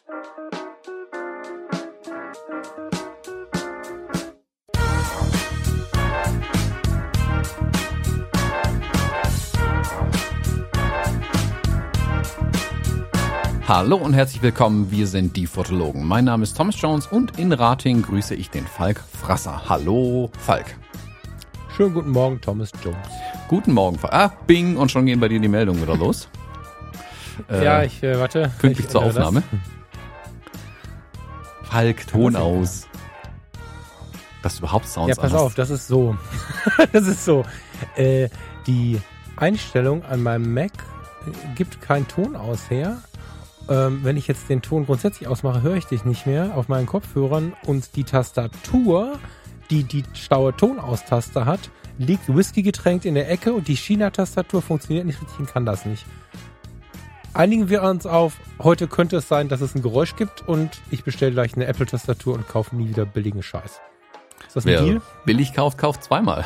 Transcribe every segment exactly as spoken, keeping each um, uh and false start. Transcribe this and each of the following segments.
Hallo und herzlich willkommen, wir sind die Fotologen. Mein Name ist Thomas Jones und in Rating grüße ich den Falk Frasser. Hallo Falk. Schönen guten Morgen, Thomas Jones. Guten Morgen, Falk. Ah, bing, und schon gehen bei dir die Meldungen wieder los. Ja, äh, ich, äh, warte. Pünktlich ich zur Aufnahme. Das. Falk, Ton aus. Dass du überhaupt Sounds Ja, pass hast. auf, das ist so. das ist so. Äh, die Einstellung an meinem Mac gibt keinen Ton aus her. Ähm, wenn ich jetzt den Ton grundsätzlich ausmache, höre ich dich nicht mehr auf meinen Kopfhörern und die Tastatur, die die schlaue Tonaustaste hat, liegt Whisky getränkt in der Ecke und die China-Tastatur funktioniert nicht richtig und kann das nicht. Einigen wir uns auf, heute könnte es sein, dass es ein Geräusch gibt und ich bestelle gleich eine Apple-Tastatur und kaufe nie wieder billigen Scheiß. Ist das ein Wer Deal? billig kauft, kauft zweimal.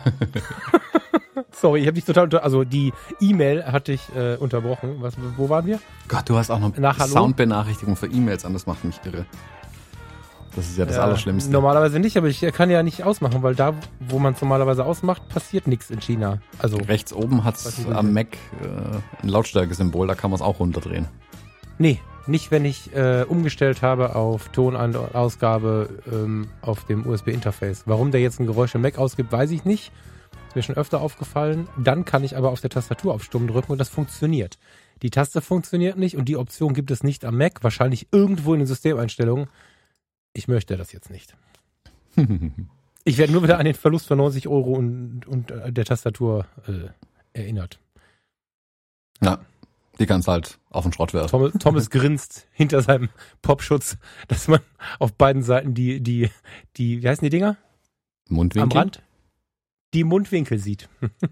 Sorry, ich habe dich total unter... Also die E-Mail hatte ich äh, unterbrochen. Was, wo waren wir? Gott, du hast auch noch Nach Hallo? Soundbenachrichtigungen für E-Mails an, das macht mich irre. Das ist ja das Ja, Allerschlimmste. Normalerweise nicht, aber ich kann ja nicht ausmachen, weil da, wo man es normalerweise ausmacht, passiert nichts in China. Also Rechts oben hat es am Mac äh, ein Lautstärkesymbol, da kann man es auch runterdrehen. Nee, nicht wenn ich äh, umgestellt habe auf Tonausgabe ähm, auf dem U S B-Interface. Warum der jetzt ein Geräusch im Mac ausgibt, weiß ich nicht. Ist mir schon öfter aufgefallen. Dann kann ich aber auf der Tastatur auf Stumm drücken und das funktioniert. Die Taste funktioniert nicht und die Option gibt es nicht am Mac, wahrscheinlich irgendwo in den Systemeinstellungen. Ich möchte das jetzt nicht. Ich werde nur wieder an den Verlust von neunzig Euro und, und äh, der Tastatur äh, erinnert. Ja, die kannst halt auf den Schrott werfen. Thomas, Thomas grinst hinter seinem Popschutz, dass man auf beiden Seiten die, die, die, wie heißen die Dinger? Mundwinkel? Am Rand? Die Mundwinkel sieht.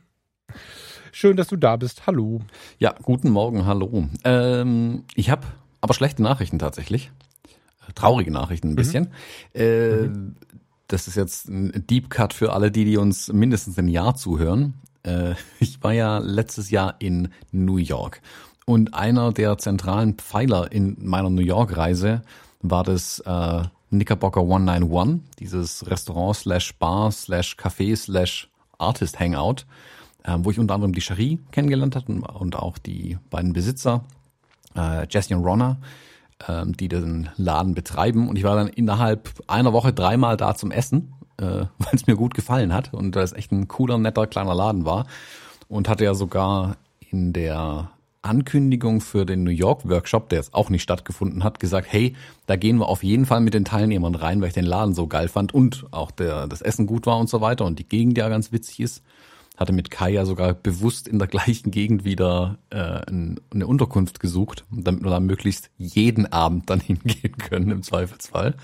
Schön, dass du da bist. Hallo. Ja, guten Morgen, hallo. Ähm, ich habe aber schlechte Nachrichten tatsächlich. Traurige Nachrichten ein bisschen. Mhm. Äh, mhm. Das ist jetzt ein Deep Cut für alle, die, die uns mindestens ein Jahr zuhören. Äh, ich war ja letztes Jahr in New York. Und einer der zentralen Pfeiler in meiner New York-Reise war das äh, Knickerbocker hunderteinundneunzig, dieses Restaurant slash Bar slash Café slash Artist Hangout, äh, wo ich unter anderem die Cherie kennengelernt hatte und auch die beiden Besitzer, äh, Jesse und Ronna, äh, die den Laden betreiben. Und ich war dann innerhalb einer Woche dreimal da zum Essen, äh, weil es mir gut gefallen hat und weil es echt ein cooler, netter, kleiner Laden war. Und hatte ja sogar in der Ankündigung für den New York Workshop, der jetzt auch nicht stattgefunden hat, gesagt, hey, da gehen wir auf jeden Fall mit den Teilnehmern rein, weil ich den Laden so geil fand und auch der, das Essen gut war und so weiter und die Gegend ja ganz witzig ist. Hatte mit Kai ja sogar bewusst in der gleichen Gegend wieder äh, ein, eine Unterkunft gesucht, damit wir da möglichst jeden Abend dann hingehen können im Zweifelsfall.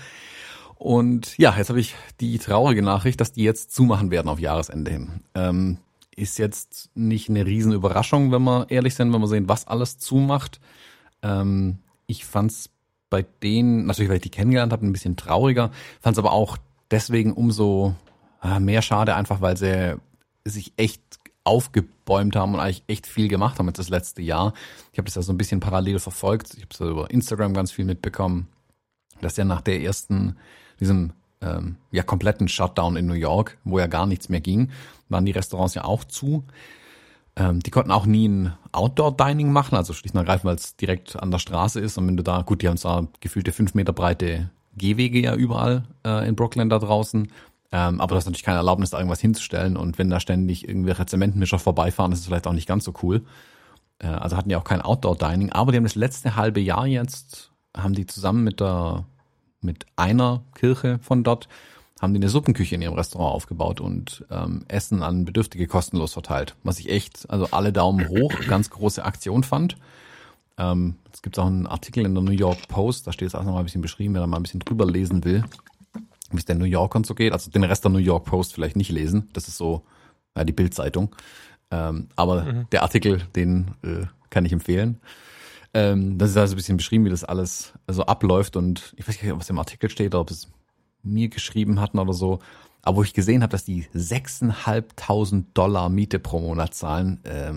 Und ja, jetzt habe ich die traurige Nachricht, dass die jetzt zumachen werden auf Jahresende hin. Ähm, Ist jetzt nicht eine riesen Überraschung, wenn wir ehrlich sind, wenn wir sehen, was alles zumacht. Ähm, ich fand's bei denen, natürlich, weil ich die kennengelernt habe, ein bisschen trauriger, fand's aber auch deswegen umso äh, mehr schade, einfach weil sie sich echt aufgebäumt haben und eigentlich echt viel gemacht haben jetzt das letzte Jahr. Ich habe das ja so ein bisschen parallel verfolgt. Ich habe es ja über Instagram ganz viel mitbekommen, dass ja nach der ersten, diesem ähm, ja kompletten Shutdown in New York, wo ja gar nichts mehr ging, waren die Restaurants ja auch zu. Ähm, die konnten auch nie ein Outdoor-Dining machen, also schlicht und ergreifend, weil es direkt an der Straße ist. Und wenn du da, gut, die haben zwar gefühlte fünf Meter breite Gehwege ja überall äh, in Brooklyn da draußen, ähm, aber du hast natürlich keine Erlaubnis, da irgendwas hinzustellen. Und wenn da ständig irgendwelche Zementmischer vorbeifahren, ist es vielleicht auch nicht ganz so cool. Äh, also hatten die auch kein Outdoor-Dining. Aber die haben das letzte halbe Jahr jetzt, haben die zusammen mit der mit einer Kirche von dort, haben die eine Suppenküche in ihrem Restaurant aufgebaut und ähm, Essen an Bedürftige kostenlos verteilt. Was ich echt, also alle Daumen hoch, ganz große Aktion fand. Ähm, es gibt auch einen Artikel in der New York Post, da steht es auch noch mal ein bisschen beschrieben, wenn man mal ein bisschen drüber lesen will, wie es den New Yorkern so geht. Also den Rest der New York Post vielleicht nicht lesen, das ist so ja, die Bild-Zeitung. Ähm, aber mhm. der Artikel, den äh, kann ich empfehlen. Ähm, das ist also ein bisschen beschrieben, wie das alles so abläuft und ich weiß nicht, was im Artikel steht, oder ob es mir geschrieben hatten oder so, aber wo ich gesehen habe, dass die sechstausendfünfhundert Dollar Miete pro Monat zahlen, ähm,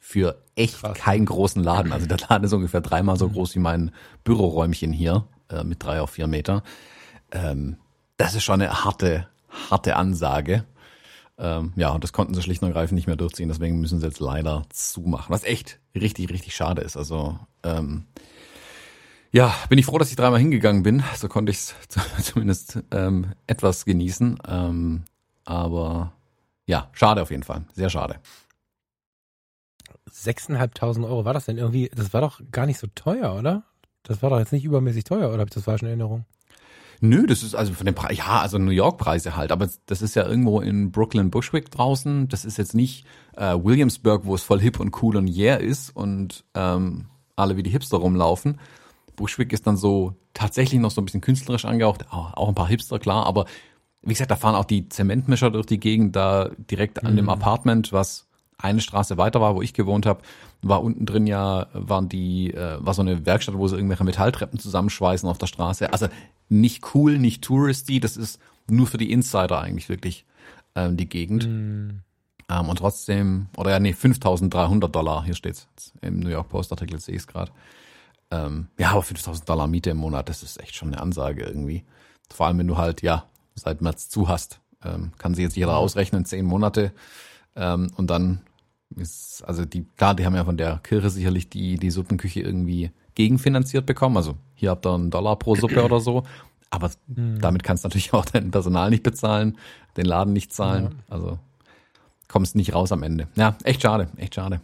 für echt Krass. Keinen großen Laden. Also der Laden ist ungefähr dreimal so groß wie mein Büroräumchen hier äh, mit drei auf vier Meter. Ähm, das ist schon eine harte, harte Ansage. Ähm, ja, und das konnten sie schlicht und ergreifend nicht mehr durchziehen. Deswegen müssen sie jetzt leider zumachen. Was echt richtig, richtig schade ist. Also ähm, ja, bin ich froh, dass ich dreimal hingegangen bin. So konnte ich es zumindest ähm, etwas genießen. Ähm, aber ja, schade auf jeden Fall. Sehr schade. sechstausendfünfhundert Euro, war das denn irgendwie, das war doch gar nicht so teuer, oder? Das war doch jetzt nicht übermäßig teuer, oder habe ich das falsch in Erinnerung? Nö, das ist also von den Preisen, ja, also New York Preise halt, aber das ist ja irgendwo in Brooklyn Bushwick draußen. Das ist jetzt nicht äh, Williamsburg, wo es voll hip und cool und yeah ist und ähm, alle wie die Hipster rumlaufen. Bushwick ist dann so tatsächlich noch so ein bisschen künstlerisch angehaucht, auch, auch ein paar Hipster, klar, aber wie gesagt, da fahren auch die Zementmischer durch die Gegend, da direkt an mhm. dem Apartment, was eine Straße weiter war, wo ich gewohnt habe, war unten drin ja, waren die, äh, war so eine Werkstatt, wo sie irgendwelche Metalltreppen zusammenschweißen auf der Straße. Also nicht cool, nicht touristy, das ist nur für die Insider eigentlich wirklich ähm, die Gegend. Mm. Ähm, und trotzdem, oder ja, nee, fünftausenddreihundert Dollar, hier steht's im New York Post Artikel, sehe ich es gerade. Ähm, ja, aber fünftausend Dollar Miete im Monat, das ist echt schon eine Ansage irgendwie. Vor allem, wenn du halt, ja, seit März zu hast, ähm, kann sich jetzt jeder ausrechnen, zehn Monate. Ähm, und dann ist, also die, klar, die haben ja von der Kirche sicherlich die, die Suppenküche irgendwie gegenfinanziert bekommen. Also hier habt ihr einen Dollar pro Suppe oder so. Aber mhm. damit kannst du natürlich auch dein Personal nicht bezahlen, den Laden nicht zahlen. Ja. Also kommst nicht raus am Ende. Ja, echt schade, echt schade.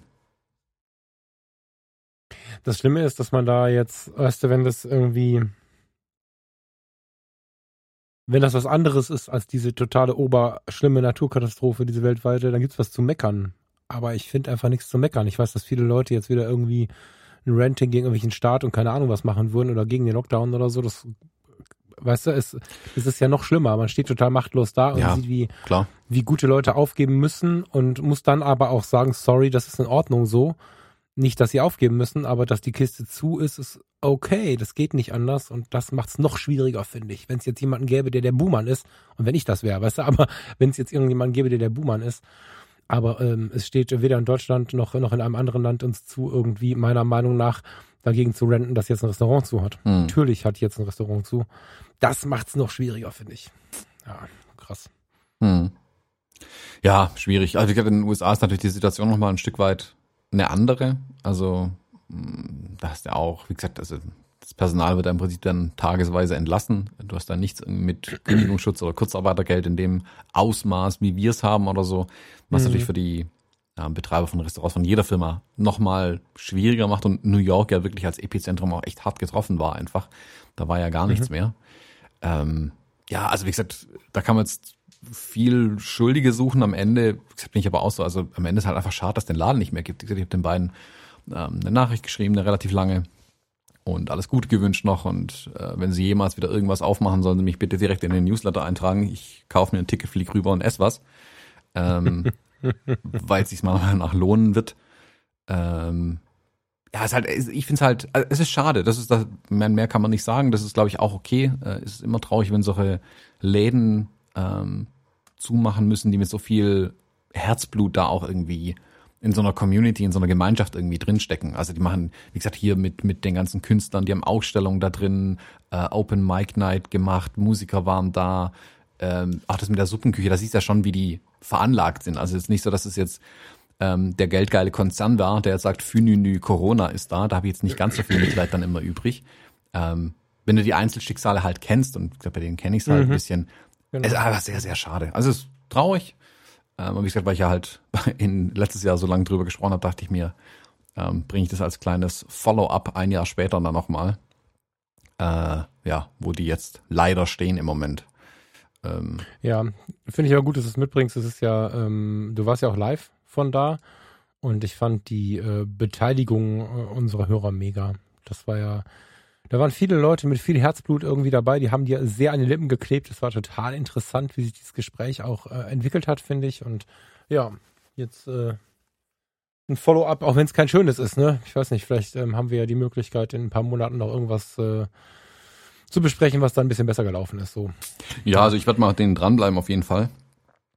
Das Schlimme ist, dass man da jetzt, weißt du, wenn das irgendwie, wenn das was anderes ist als diese totale oberschlimme Naturkatastrophe, diese weltweite, dann gibt's was zu meckern. Aber ich finde einfach nichts zu meckern. Ich weiß, dass viele Leute jetzt wieder irgendwie ein Ranting gegen irgendwelchen Staat und keine Ahnung was machen würden oder gegen den Lockdown oder so. Das, weißt du, es, es ist ja noch schlimmer. Man steht total machtlos da und ja, sieht, wie, klar. wie gute Leute aufgeben müssen und muss dann aber auch sagen, sorry, das ist in Ordnung so. Nicht, dass sie aufgeben müssen, aber dass die Kiste zu ist, ist okay. Das geht nicht anders und das macht's noch schwieriger, finde ich. Wenn es jetzt jemanden gäbe, der der Buhmann ist und wenn ich das wäre, weißt du, aber wenn es jetzt irgendjemanden gäbe, der der Buhmann ist, aber ähm, es steht weder in Deutschland noch, noch in einem anderen Land uns zu, irgendwie meiner Meinung nach dagegen zu renten, dass jetzt ein Restaurant zu hat. Hm. Natürlich hat jetzt ein Restaurant zu. Das macht's noch schwieriger, finde ich. Ja, krass. Hm. Ja, schwierig. Also ich glaube, in den U S A ist natürlich die Situation nochmal ein Stück weit eine andere. Also da hast du ja auch, wie gesagt, also das Personal wird ja im Prinzip dann tagesweise entlassen. Du hast da nichts mit Kündigungsschutz oder Kurzarbeitergeld in dem Ausmaß, wie wir es haben oder so, was mhm. natürlich für die ja, Betreiber von Restaurants von jeder Firma nochmal schwieriger macht und New York ja wirklich als Epizentrum auch echt hart getroffen war einfach. Da war ja gar nichts mhm. mehr. Ähm, ja, also wie gesagt, da kann man jetzt viel Schuldige suchen. Am Ende, wie gesagt, bin ich aber auch so, also am Ende ist halt einfach schade, dass es den Laden nicht mehr gibt. Wie gesagt, ich habe den beiden ähm, eine Nachricht geschrieben, eine relativ lange, und alles Gute gewünscht noch, und äh, wenn sie jemals wieder irgendwas aufmachen, sollen sie mich bitte direkt in den Newsletter eintragen. Ich kaufe mir ein Ticket, flieg rüber und ess was, ähm, weil es sich mal nach lohnen wird. Ähm, ja, es ist halt, ich finde es halt, es ist schade, das ist das, mehr kann man nicht sagen, das ist, glaube ich, auch okay. Äh, es ist immer traurig, wenn solche Läden ähm, zumachen müssen, die mit so viel Herzblut da auch irgendwie in so einer Community, in so einer Gemeinschaft irgendwie drinstecken. Also die machen, wie gesagt, hier mit mit den ganzen Künstlern, die haben Ausstellungen da drin, äh, Open Mic Night gemacht, Musiker waren da, ähm, auch das mit der Suppenküche, da siehst du ja schon, wie die veranlagt sind. Also es ist nicht so, dass es jetzt ähm, der geldgeile Konzern war, der jetzt sagt, Fününü, Corona ist da, da habe ich jetzt nicht ganz so viel Mitleid dann immer übrig. Ähm, wenn du die Einzelschicksale halt kennst, und ich glaube, bei denen kenne ich es halt mhm. ein bisschen, genau. Es ist einfach sehr, sehr schade. Also es ist traurig. Ähm, und wie gesagt, weil ich ja halt in letztes Jahr so lange drüber gesprochen habe, dachte ich mir, ähm, bringe ich das als kleines Follow-up ein Jahr später dann nochmal. Äh, ja, wo die jetzt leider stehen im Moment. Ähm, ja, finde ich aber gut, dass du es mitbringst. Es ist ja, ähm, du warst ja auch live von da, und ich fand die äh, Beteiligung äh, unserer Hörer mega. Das war ja, da waren viele Leute mit viel Herzblut irgendwie dabei, die haben dir sehr an den Lippen geklebt. Das war total interessant, wie sich dieses Gespräch auch äh, entwickelt hat, finde ich. Und ja, jetzt äh, ein Follow-up, auch wenn es kein schönes ist, ne? Ich weiß nicht, vielleicht ähm, haben wir ja die Möglichkeit, in ein paar Monaten noch irgendwas äh, zu besprechen, was dann ein bisschen besser gelaufen ist. So. Ja, also ich werde mal denen dranbleiben auf jeden Fall.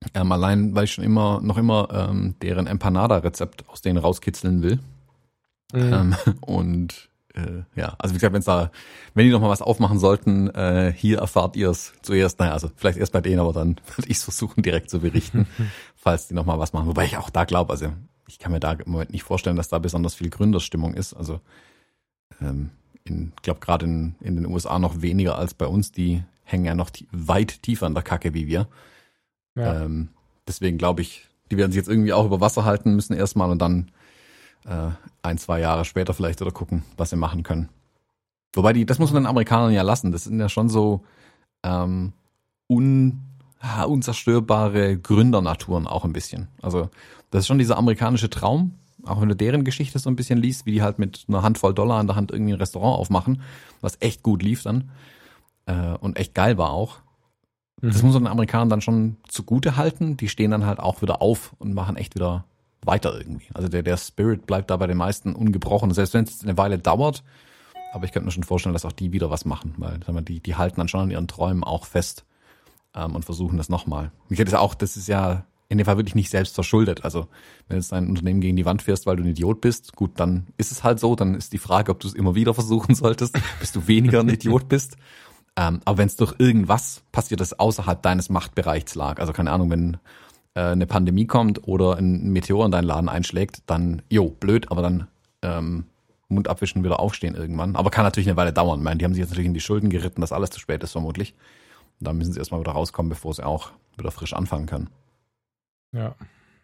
Ähm, allein, weil ich schon immer, noch immer ähm, deren Empanada-Rezept aus denen rauskitzeln will. Mhm. Ähm, und äh, ja, also wie gesagt, wenn's da, wenn die noch mal was aufmachen sollten, äh, hier erfahrt ihr es zuerst. Naja, also vielleicht erst bei denen, aber dann würde ich es versuchen, direkt zu berichten, falls die noch mal was machen. Wobei ich auch da glaube, also ich kann mir da im Moment nicht vorstellen, dass da besonders viel Gründerstimmung ist. Also ähm, in, ich glaube gerade in, in den U S A noch weniger als bei uns. Die hängen ja noch tie- weit tiefer an der Kacke wie wir. Ja. Ähm, deswegen glaube ich, die werden sich jetzt irgendwie auch über Wasser halten müssen erstmal und dann äh, ein, zwei Jahre später vielleicht oder gucken, was sie machen können. Wobei die, das muss man den Amerikanern ja lassen. Das sind ja schon so ähm, un, ha, unzerstörbare Gründernaturen auch ein bisschen. Also das ist schon dieser amerikanische Traum, auch wenn du deren Geschichte so ein bisschen liest, wie die halt mit einer Handvoll Dollar in der Hand irgendwie ein Restaurant aufmachen, was echt gut lief dann äh, und echt geil war auch. Mhm. Das muss man den Amerikanern dann schon zugute halten. Die stehen dann halt auch wieder auf und machen echt wieder weiter irgendwie. Also der, der Spirit bleibt da bei den meisten ungebrochen. Selbst wenn es eine Weile dauert, aber ich könnte mir schon vorstellen, dass auch die wieder was machen, weil sagen wir, die, die halten dann schon an ihren Träumen auch fest ähm, und versuchen das nochmal. Ich hätte es auch, das ist ja in dem Fall wirklich nicht selbst verschuldet. Also wenn du jetzt dein Unternehmen gegen die Wand fährst, weil du ein Idiot bist, gut, dann ist es halt so. Dann ist die Frage, ob du es immer wieder versuchen solltest, bis du weniger ein Idiot bist. Ähm, aber wenn es durch irgendwas passiert, das außerhalb deines Machtbereichs lag, also keine Ahnung, wenn äh, eine Pandemie kommt oder ein Meteor in deinen Laden einschlägt, dann, jo, blöd, aber dann ähm, Mund abwischen, wieder aufstehen irgendwann. Aber kann natürlich eine Weile dauern. Ich meine, die haben sich jetzt natürlich in die Schulden geritten, dass alles zu spät ist vermutlich. Und dann müssen sie erstmal wieder rauskommen, bevor sie auch wieder frisch anfangen können. Ja.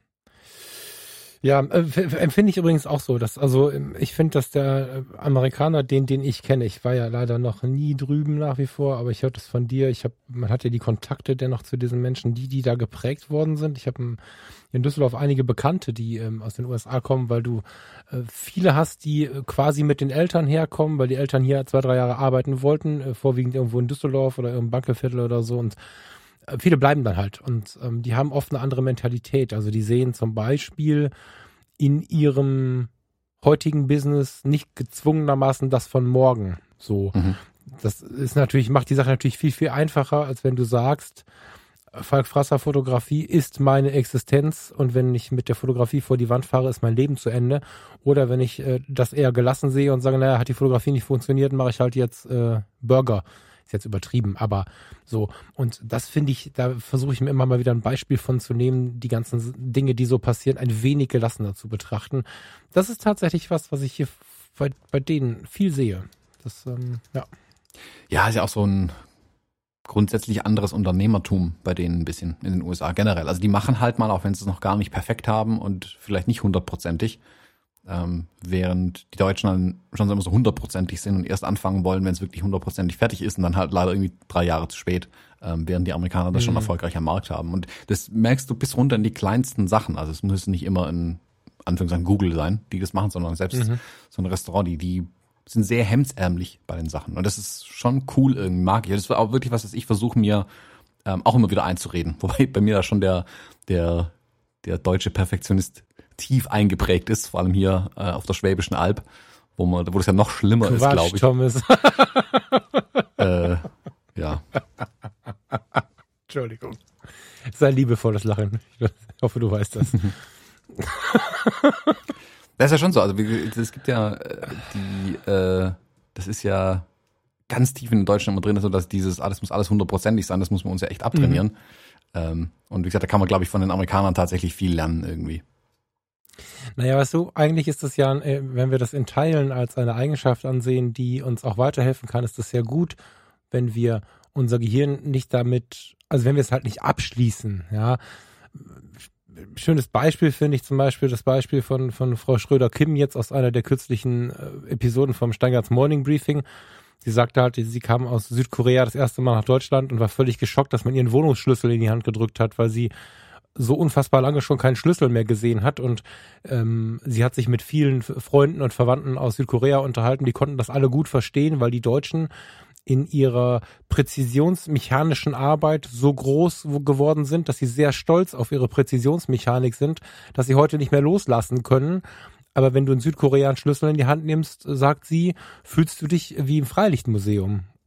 Ja, äh, empfinde ich übrigens auch so, dass, also ich finde, dass der Amerikaner, den, den ich kenne, ich war ja leider noch nie drüben nach wie vor, aber ich höre das von dir, ich habe, man hat ja die Kontakte dennoch zu diesen Menschen, die, die da geprägt worden sind. Ich habe in Düsseldorf einige Bekannte, die ähm, aus den U S A kommen, weil du äh, viele hast, die äh, quasi mit den Eltern herkommen, weil die Eltern hier zwei, drei Jahre arbeiten wollten, äh, vorwiegend irgendwo in Düsseldorf oder im Bankeviertel oder so, und viele bleiben dann halt und ähm, die haben oft eine andere Mentalität. Also die sehen zum Beispiel in ihrem heutigen Business nicht gezwungenermaßen das von morgen. So, mhm. Das ist natürlich, macht die Sache natürlich viel, viel einfacher, als wenn du sagst, Falk Frasser Fotografie ist meine Existenz und wenn ich mit der Fotografie vor die Wand fahre, ist mein Leben zu Ende. Oder wenn ich äh, das eher gelassen sehe und sage, naja, hat die Fotografie nicht funktioniert, mache ich halt jetzt äh, Burger. Ist jetzt übertrieben, aber so. Und das finde ich, da versuche ich mir immer mal wieder ein Beispiel von zu nehmen, die ganzen Dinge, die so passieren, ein wenig gelassener zu betrachten. Das ist tatsächlich was, was ich hier bei, bei denen viel sehe. Das, ähm, ja. Ja, ist ja auch so ein grundsätzlich anderes Unternehmertum bei denen ein bisschen in den U S A generell. Also die machen halt mal, auch wenn sie es noch gar nicht perfekt haben und vielleicht nicht hundertprozentig, Ähm, während die Deutschen dann schon immer so hundertprozentig sind und erst anfangen wollen, wenn es wirklich hundertprozentig fertig ist und dann halt leider irgendwie drei Jahre zu spät, ähm, während die Amerikaner das mhm. schon erfolgreich am Markt haben. Und das merkst du bis runter in die kleinsten Sachen. Also es muss nicht immer in Anführungszeichen Google sein, die das machen, sondern selbst mhm. so ein Restaurant, die, die sind sehr hemdsärmlich bei den Sachen. Und das ist schon cool irgendwie, mag ich. Das ist auch wirklich was, was ich versuche mir ähm, auch immer wieder einzureden. Wobei bei mir da schon der, der, der deutsche Perfektionist tief eingeprägt ist, vor allem hier äh, auf der Schwäbischen Alb, wo man, wo das ja noch schlimmer Quatsch, ist, glaube ich. Thomas. äh, ja. Entschuldigung. Sei liebevolles Lachen. Ich hoffe, du weißt das. Das ist ja schon so. Also es gibt ja äh, die, äh, das ist ja ganz tief in Deutschland immer drin, so dass dieses, alles muss alles hundertprozentig sein. Das muss man uns ja echt abtrainieren. Mhm. Ähm, und wie gesagt, da kann man, glaube ich, von den Amerikanern tatsächlich viel lernen irgendwie. Naja, weißt du, eigentlich ist das ja, wenn wir das in Teilen als eine Eigenschaft ansehen, die uns auch weiterhelfen kann, ist das sehr gut, wenn wir unser Gehirn nicht damit, also wenn wir es halt nicht abschließen, ja. Schönes Beispiel finde ich zum Beispiel das Beispiel von, von Frau Schröder-Kim jetzt aus einer der kürzlichen äh, Episoden vom Steingarts Morning Briefing. Sie sagte halt, sie kam aus Südkorea das erste Mal nach Deutschland und war völlig geschockt, dass man ihren Wohnungsschlüssel in die Hand gedrückt hat, weil sie so unfassbar lange schon keinen Schlüssel mehr gesehen hat und ähm, sie hat sich mit vielen Freunden und Verwandten aus Südkorea unterhalten, die konnten das alle gut verstehen, weil die Deutschen in ihrer präzisionsmechanischen Arbeit so groß geworden sind, dass sie sehr stolz auf ihre Präzisionsmechanik sind, dass sie heute nicht mehr loslassen können. Aber wenn du in Südkorea einen Schlüssel in die Hand nimmst, sagt sie, fühlst du dich wie im Freilichtmuseum.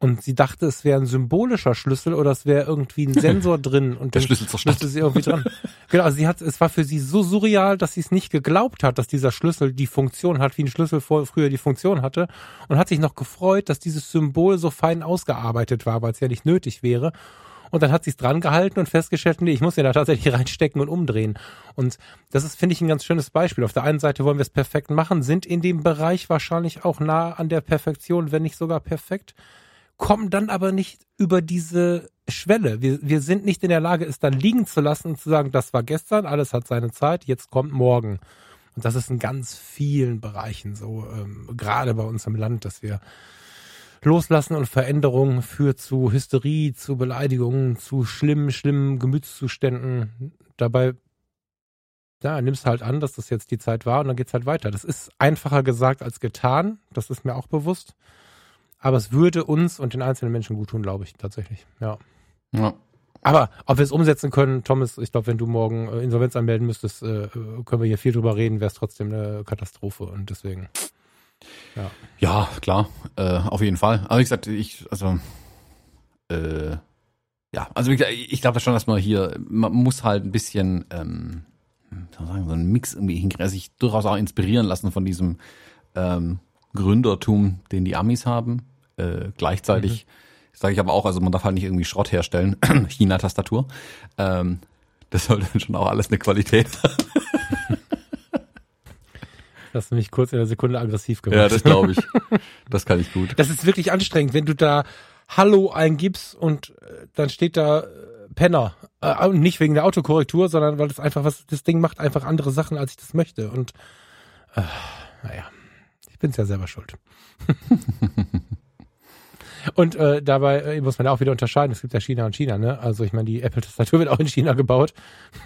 und sie dachte, es wäre ein symbolischer Schlüssel oder es wäre irgendwie ein Sensor drin und der dann Schlüssel zur Stadt. musste sie irgendwie dran. Genau, also sie hat, es war für sie so surreal, dass sie es nicht geglaubt hat, dass dieser Schlüssel die Funktion hat, wie ein Schlüssel vor, früher die Funktion hatte, und hat sich noch gefreut, dass dieses Symbol so fein ausgearbeitet war, weil es ja nicht nötig wäre. Und dann hat sie es dran gehalten und festgestellt, nee, ich muss ja da tatsächlich reinstecken und umdrehen. Und das ist, finde ich, ein ganz schönes Beispiel. Auf der einen Seite wollen wir es perfekt machen, sind in dem Bereich wahrscheinlich auch nah an der Perfektion, wenn nicht sogar perfekt, kommen dann aber nicht über diese Schwelle. Wir, wir sind nicht in der Lage, es dann liegen zu lassen und zu sagen, das war gestern, alles hat seine Zeit, jetzt kommt morgen. Und das ist in ganz vielen Bereichen so, ähm, gerade bei uns im Land, dass wir Loslassen und Veränderungen führt zu Hysterie, zu Beleidigungen, zu schlimmen, schlimmen Gemütszuständen. Dabei, ja, nimmst halt an, dass das jetzt die Zeit war und dann geht's halt weiter. Das ist einfacher gesagt als getan, das ist mir auch bewusst. Aber es würde uns und den einzelnen Menschen gut tun, glaube ich, tatsächlich. Ja. Ja. Aber ob wir es umsetzen können, Thomas, ich glaube, wenn du morgen äh, Insolvenz anmelden müsstest, äh, können wir hier viel drüber reden, wäre es trotzdem eine Katastrophe und deswegen. Ja, ja klar, äh, auf jeden Fall. Aber wie gesagt, ich, also, äh, ja, also wie gesagt, ich glaube schon, dass man hier, man muss halt ein bisschen, ähm, soll man sagen, so einen Mix irgendwie hinkriegen, sich durchaus auch inspirieren lassen von diesem ähm, Gründertum, den die Amis haben. Äh, gleichzeitig mhm. sage ich aber auch, also man darf halt nicht irgendwie Schrott herstellen, China-Tastatur. Ähm, das sollte dann schon auch alles eine Qualität haben. Hast du mich kurz in der Sekunde aggressiv gemacht. Ja, das glaube ich. Das kann ich gut. Das ist wirklich anstrengend, wenn du da Hallo eingibst und äh, dann steht da äh, Penner. Äh, nicht wegen der Autokorrektur, sondern weil das einfach was, das Ding macht einfach andere Sachen, als ich das möchte. Und äh, naja, ich bin's ja selber schuld. Und äh, dabei äh, muss man ja auch wieder unterscheiden. Es gibt ja China und China, ne? Also ich meine, die Apple-Tastatur wird auch in China gebaut.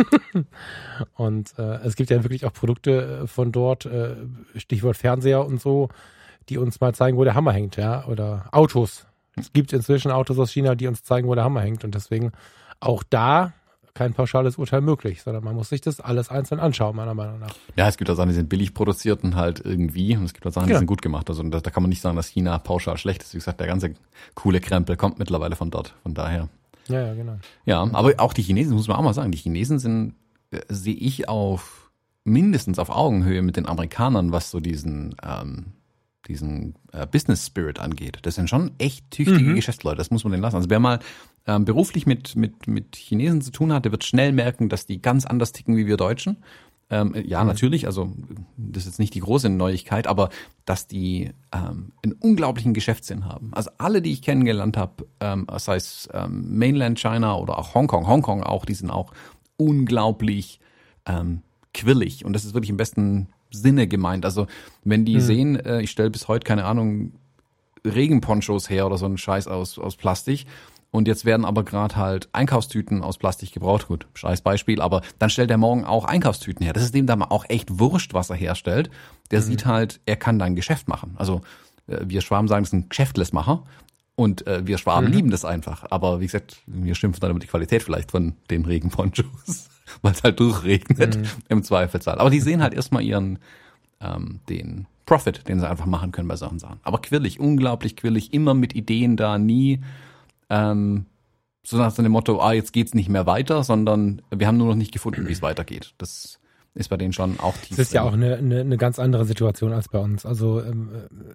Und äh, es gibt ja wirklich auch Produkte von dort, äh, Stichwort Fernseher und so, die uns mal zeigen, wo der Hammer hängt, ja? Oder Autos. Es gibt inzwischen Autos aus China, die uns zeigen, wo der Hammer hängt. Und deswegen auch da kein pauschales Urteil möglich, sondern man muss sich das alles einzeln anschauen, meiner Meinung nach. Ja, es gibt auch Sachen, die sind billig produziert und halt irgendwie, und es gibt auch Sachen, die ja. sind gut gemacht. Also da, da kann man nicht sagen, dass China pauschal schlecht ist. Wie gesagt, der ganze coole Krempel kommt mittlerweile von dort. Von daher. Ja, ja, genau. Ja, aber auch die Chinesen, muss man auch mal sagen, die Chinesen sind, äh, sehe ich auf mindestens auf Augenhöhe mit den Amerikanern, was so diesen ähm, diesen äh, Business Spirit angeht. Das sind schon echt tüchtige mhm. Geschäftsleute, das muss man denen lassen. Also wer mal ähm, beruflich mit mit mit Chinesen zu tun hat, der wird schnell merken, dass die ganz anders ticken wie wir Deutschen. Ähm, ja, mhm. natürlich, also das ist jetzt nicht die große Neuigkeit, aber dass die ähm, einen unglaublichen Geschäftssinn haben. Also alle, die ich kennengelernt habe, ähm, sei es ähm, Mainland China oder auch Hongkong, Hongkong auch, die sind auch unglaublich ähm, quirlig und das ist wirklich im besten Sinne gemeint. Also wenn die hm. sehen, äh, ich stelle bis heute, keine Ahnung, Regenponchos her oder so einen Scheiß aus aus Plastik und jetzt werden aber gerade halt Einkaufstüten aus Plastik gebraucht. Gut, scheiß Beispiel, aber dann stellt er morgen auch Einkaufstüten her. Das ist dem dann auch echt wurscht, was er herstellt. Der hm. sieht halt, er kann da ein Geschäft machen. Also äh, wir Schwaben sagen, das ist ein Geschäftlesmacher und äh, wir Schwaben mhm. lieben das einfach. Aber wie gesagt, wir schimpfen dann über die Qualität vielleicht von den Regenponchos. Weil es halt durchregnet mhm. im Zweifelsfall. Aber die sehen halt erstmal ihren, ähm, den Profit, den sie einfach machen können bei solchen Sachen. Aber quirlig, unglaublich quirlig, immer mit Ideen da, nie ähm, so nach dem Motto, ah, jetzt geht's nicht mehr weiter, sondern wir haben nur noch nicht gefunden, wie es weitergeht. Das ist bei denen schon auch tief. Das ist ja auch eine, eine, eine ganz andere Situation als bei uns. Also ähm,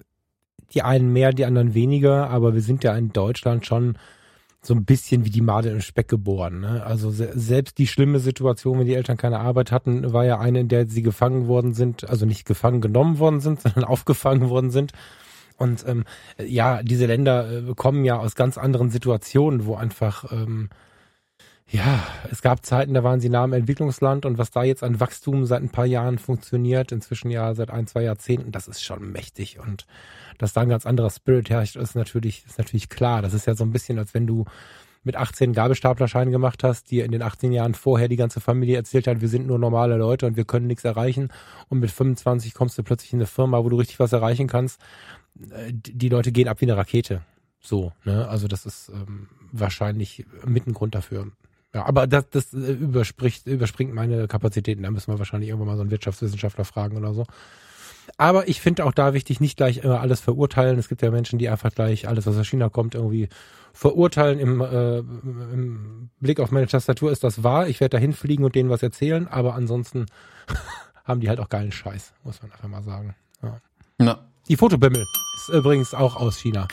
die einen mehr, die anderen weniger, aber wir sind ja in Deutschland schon so ein bisschen wie die Made im Speck geboren. Ne? Also se- selbst die schlimme Situation, wenn die Eltern keine Arbeit hatten, war ja eine, in der sie gefangen worden sind, also nicht gefangen genommen worden sind, sondern aufgefangen worden sind. Und ähm, ja, diese Länder äh, kommen ja aus ganz anderen Situationen, wo einfach, ähm, ja, es gab Zeiten, da waren sie nah am Entwicklungsland und was da jetzt an Wachstum seit ein paar Jahren funktioniert, inzwischen ja seit ein, zwei Jahrzehnten, das ist schon mächtig und dass da ein ganz anderer Spirit herrscht, ist natürlich, ist natürlich klar. Das ist ja so ein bisschen, als wenn du mit achtzehn Gabelstaplerschein gemacht hast, die in den achtzehn Jahren vorher die ganze Familie erzählt hat, wir sind nur normale Leute und wir können nichts erreichen. Und mit fünfundzwanzig kommst du plötzlich in eine Firma, wo du richtig was erreichen kannst. Die Leute gehen ab wie eine Rakete. So, ne? Also das ist ähm, wahrscheinlich mit ein Grund dafür. Ja, aber das, das überspricht, überspringt meine Kapazitäten. Da müssen wir wahrscheinlich irgendwann mal so einen Wirtschaftswissenschaftler fragen oder so. Aber ich finde auch da wichtig, nicht gleich immer alles verurteilen. Es gibt ja Menschen, die einfach gleich alles, was aus China kommt, irgendwie verurteilen. Im, äh, im Blick auf meine Tastatur ist das wahr. Ich werde da hinfliegen und denen was erzählen, aber ansonsten haben die halt auch geilen Scheiß, muss man einfach mal sagen. Ja. Na. Die Fotobimmel ist übrigens auch aus China.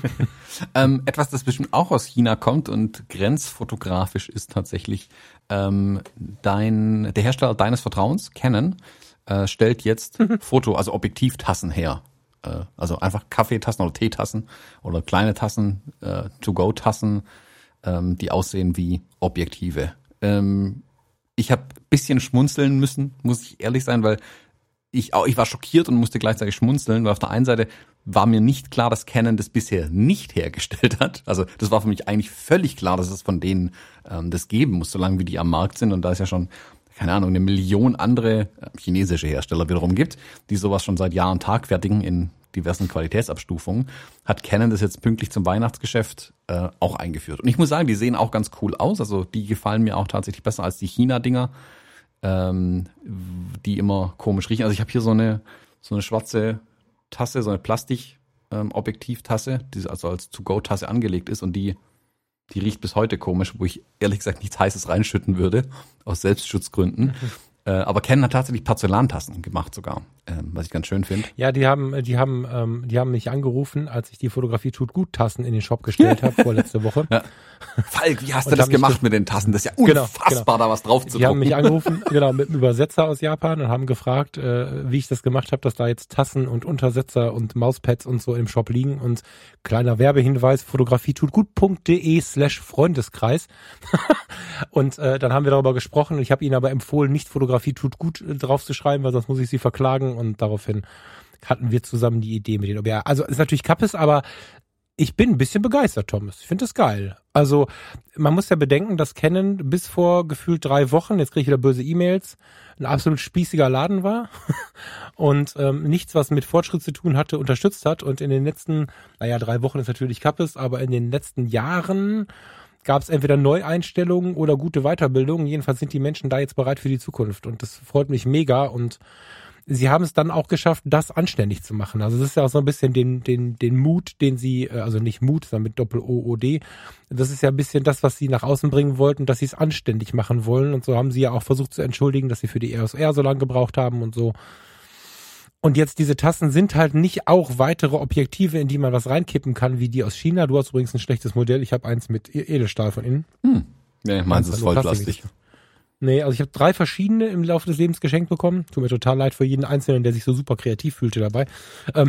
ähm, etwas, das bestimmt auch aus China kommt und grenzfotografisch ist tatsächlich ähm, dein der Hersteller deines Vertrauens, Canon, äh, stellt jetzt Foto, also Objektivtassen her. Äh, also einfach Kaffeetassen oder Teetassen oder kleine Tassen, äh, To-Go-Tassen, ähm, die aussehen wie Objektive. Ähm, ich habe ein bisschen schmunzeln müssen, muss ich ehrlich sein, weil ich auch, ich war schockiert und musste gleichzeitig schmunzeln, weil auf der einen Seite war mir nicht klar, dass Canon das bisher nicht hergestellt hat. Also das war für mich eigentlich völlig klar, dass es von denen ähm, das geben muss, solange wie die am Markt sind. Und da es ja schon, keine Ahnung, eine Million andere äh, chinesische Hersteller wiederum gibt, die sowas schon seit Jahr und Tag fertigen in diversen Qualitätsabstufungen, hat Canon das jetzt pünktlich zum Weihnachtsgeschäft äh, auch eingeführt. Und ich muss sagen, die sehen auch ganz cool aus. Also die gefallen mir auch tatsächlich besser als die China-Dinger, ähm, die immer komisch riechen. Also ich habe hier so eine so eine schwarze Tasse, so eine Plastik-Objektivtasse, ähm, die also als To-Go-Tasse angelegt ist und die die riecht bis heute komisch, wo ich ehrlich gesagt nichts Heißes reinschütten würde, aus Selbstschutzgründen. Mhm. Äh, aber Canon hat tatsächlich Porzellantassen gemacht sogar, ähm, was ich ganz schön finde. Ja, die haben, die haben, ähm, die haben mich angerufen, als ich die Fotografie tut gut Tassen in den Shop gestellt habe vorletzte Woche. Ja. Falk, wie hast du das gemacht ge- mit den Tassen? Das ist ja unfassbar, genau, genau. da was drauf zu drucken. Die haben mich angerufen, genau, mit einem Übersetzer aus Japan und haben gefragt, äh, wie ich das gemacht habe, dass da jetzt Tassen und Untersetzer und Mauspads und so im Shop liegen. Und kleiner Werbehinweis, fotografietutgut.de slash Freundeskreis. Und äh, dann haben wir darüber gesprochen. Ich habe ihnen aber empfohlen, nicht Fotografie tut gut drauf zu schreiben, weil sonst muss ich sie verklagen. Und daraufhin hatten wir zusammen die Idee mit denen. Ja, also ist natürlich Kappes, aber ich bin ein bisschen begeistert, Thomas. Ich finde das geil. Also man muss ja bedenken, dass Canon bis vor gefühlt drei Wochen, jetzt kriege ich wieder böse E-Mails, ein absolut spießiger Laden war und ähm, nichts, was mit Fortschritt zu tun hatte, unterstützt hat. Und in den letzten, naja, drei Wochen ist natürlich Kappes, aber in den letzten Jahren gab es entweder Neueinstellungen oder gute Weiterbildungen. Jedenfalls sind die Menschen da jetzt bereit für die Zukunft. Und das freut mich mega. Und sie haben es dann auch geschafft, das anständig zu machen. Also das ist ja auch so ein bisschen den den den Mut, den sie, also nicht Mut, sondern mit Doppel-O O D. Das ist ja ein bisschen das, was sie nach außen bringen wollten, dass sie es anständig machen wollen. Und so haben sie ja auch versucht zu entschuldigen, dass sie für die E O S R so lange gebraucht haben und so. Und jetzt diese Tassen sind halt nicht auch weitere Objektive, in die man was reinkippen kann, wie die aus China. Du hast übrigens ein schlechtes Modell. Ich habe eins mit Edelstahl von innen. Hm. Ja, meins ist voll Plastik. Nee, also ich habe drei verschiedene im Laufe des Lebens geschenkt bekommen. Tut mir total leid für jeden Einzelnen, der sich so super kreativ fühlte dabei. Ähm,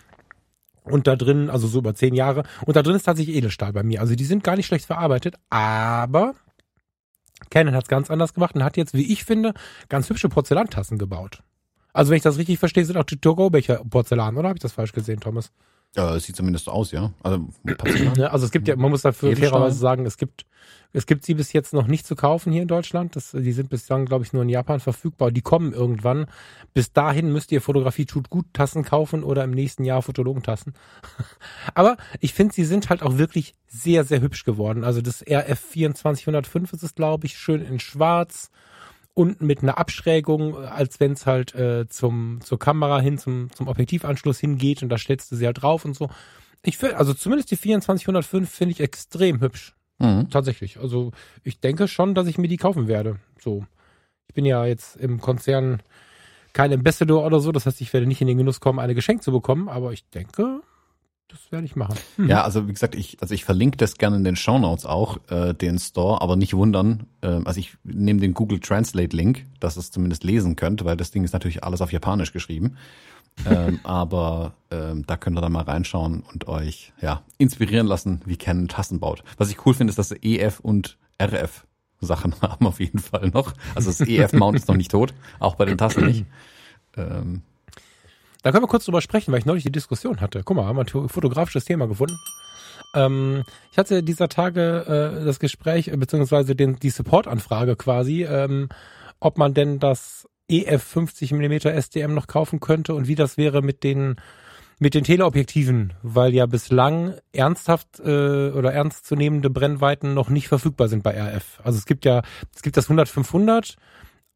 und da drin, also so über zehn Jahre. Und da drin ist tatsächlich Edelstahl bei mir. Also die sind gar nicht schlecht verarbeitet, aber Canon hat es ganz anders gemacht und hat jetzt, wie ich finde, ganz hübsche Porzellantassen gebaut. Also wenn ich das richtig verstehe, sind auch die To-Go-Becher Porzellan, oder habe ich das falsch gesehen, Thomas? Ja, es sieht zumindest so aus, ja. Also, ja, also es gibt ja, man muss dafür fairerweise sagen, es gibt es gibt sie bis jetzt noch nicht zu kaufen hier in Deutschland. Das, die sind bislang, glaube ich, nur in Japan verfügbar. Die kommen irgendwann. Bis dahin müsst ihr Fotografie tut gut Tassen kaufen oder im nächsten Jahr Fotologentassen. Aber ich finde, sie sind halt auch wirklich sehr, sehr hübsch geworden. Also das R F vierundzwanzig null fünf ist es, glaube ich, schön in schwarz. Unten mit einer Abschrägung, als wenn es halt äh, zum zur Kamera hin, zum zum Objektivanschluss hingeht und da stellst du sie halt drauf und so. Ich finde, also zumindest die vierundzwanzig null fünf finde ich extrem hübsch. Mhm. Tatsächlich. Also ich denke schon, dass ich mir die kaufen werde. So, ich bin ja jetzt im Konzern kein Ambassador oder so, das heißt, ich werde nicht in den Genuss kommen, eine geschenkt zu bekommen, aber ich denke, das werde ich machen. Mhm. Ja, also wie gesagt, ich also ich verlinke das gerne in den Shownotes auch, äh, den Store, aber nicht wundern. Äh, also ich nehme den Google Translate Link, dass ihr es zumindest lesen könnt, weil das Ding ist natürlich alles auf Japanisch geschrieben. ähm, aber ähm, da könnt ihr dann mal reinschauen und euch ja inspirieren lassen, wie Canon Tassen baut. Was ich cool finde, ist, dass sie E F und R F Sachen haben auf jeden Fall noch. Also das E F-Mount ist noch nicht tot, auch bei den Tassen nicht. Ähm, Da können wir kurz drüber sprechen, weil ich neulich die Diskussion hatte. Guck mal, haben wir ein fotografisches Thema gefunden. Ähm, ich hatte dieser Tage äh, das Gespräch, äh, beziehungsweise den, die Support-Anfrage quasi, ähm, ob man denn das E F fünfzig Millimeter S D M noch kaufen könnte und wie das wäre mit den mit den Teleobjektiven, weil ja bislang ernsthaft äh, oder ernstzunehmende Brennweiten noch nicht verfügbar sind bei R F. Also es gibt ja, es gibt das hundert fünfhundert,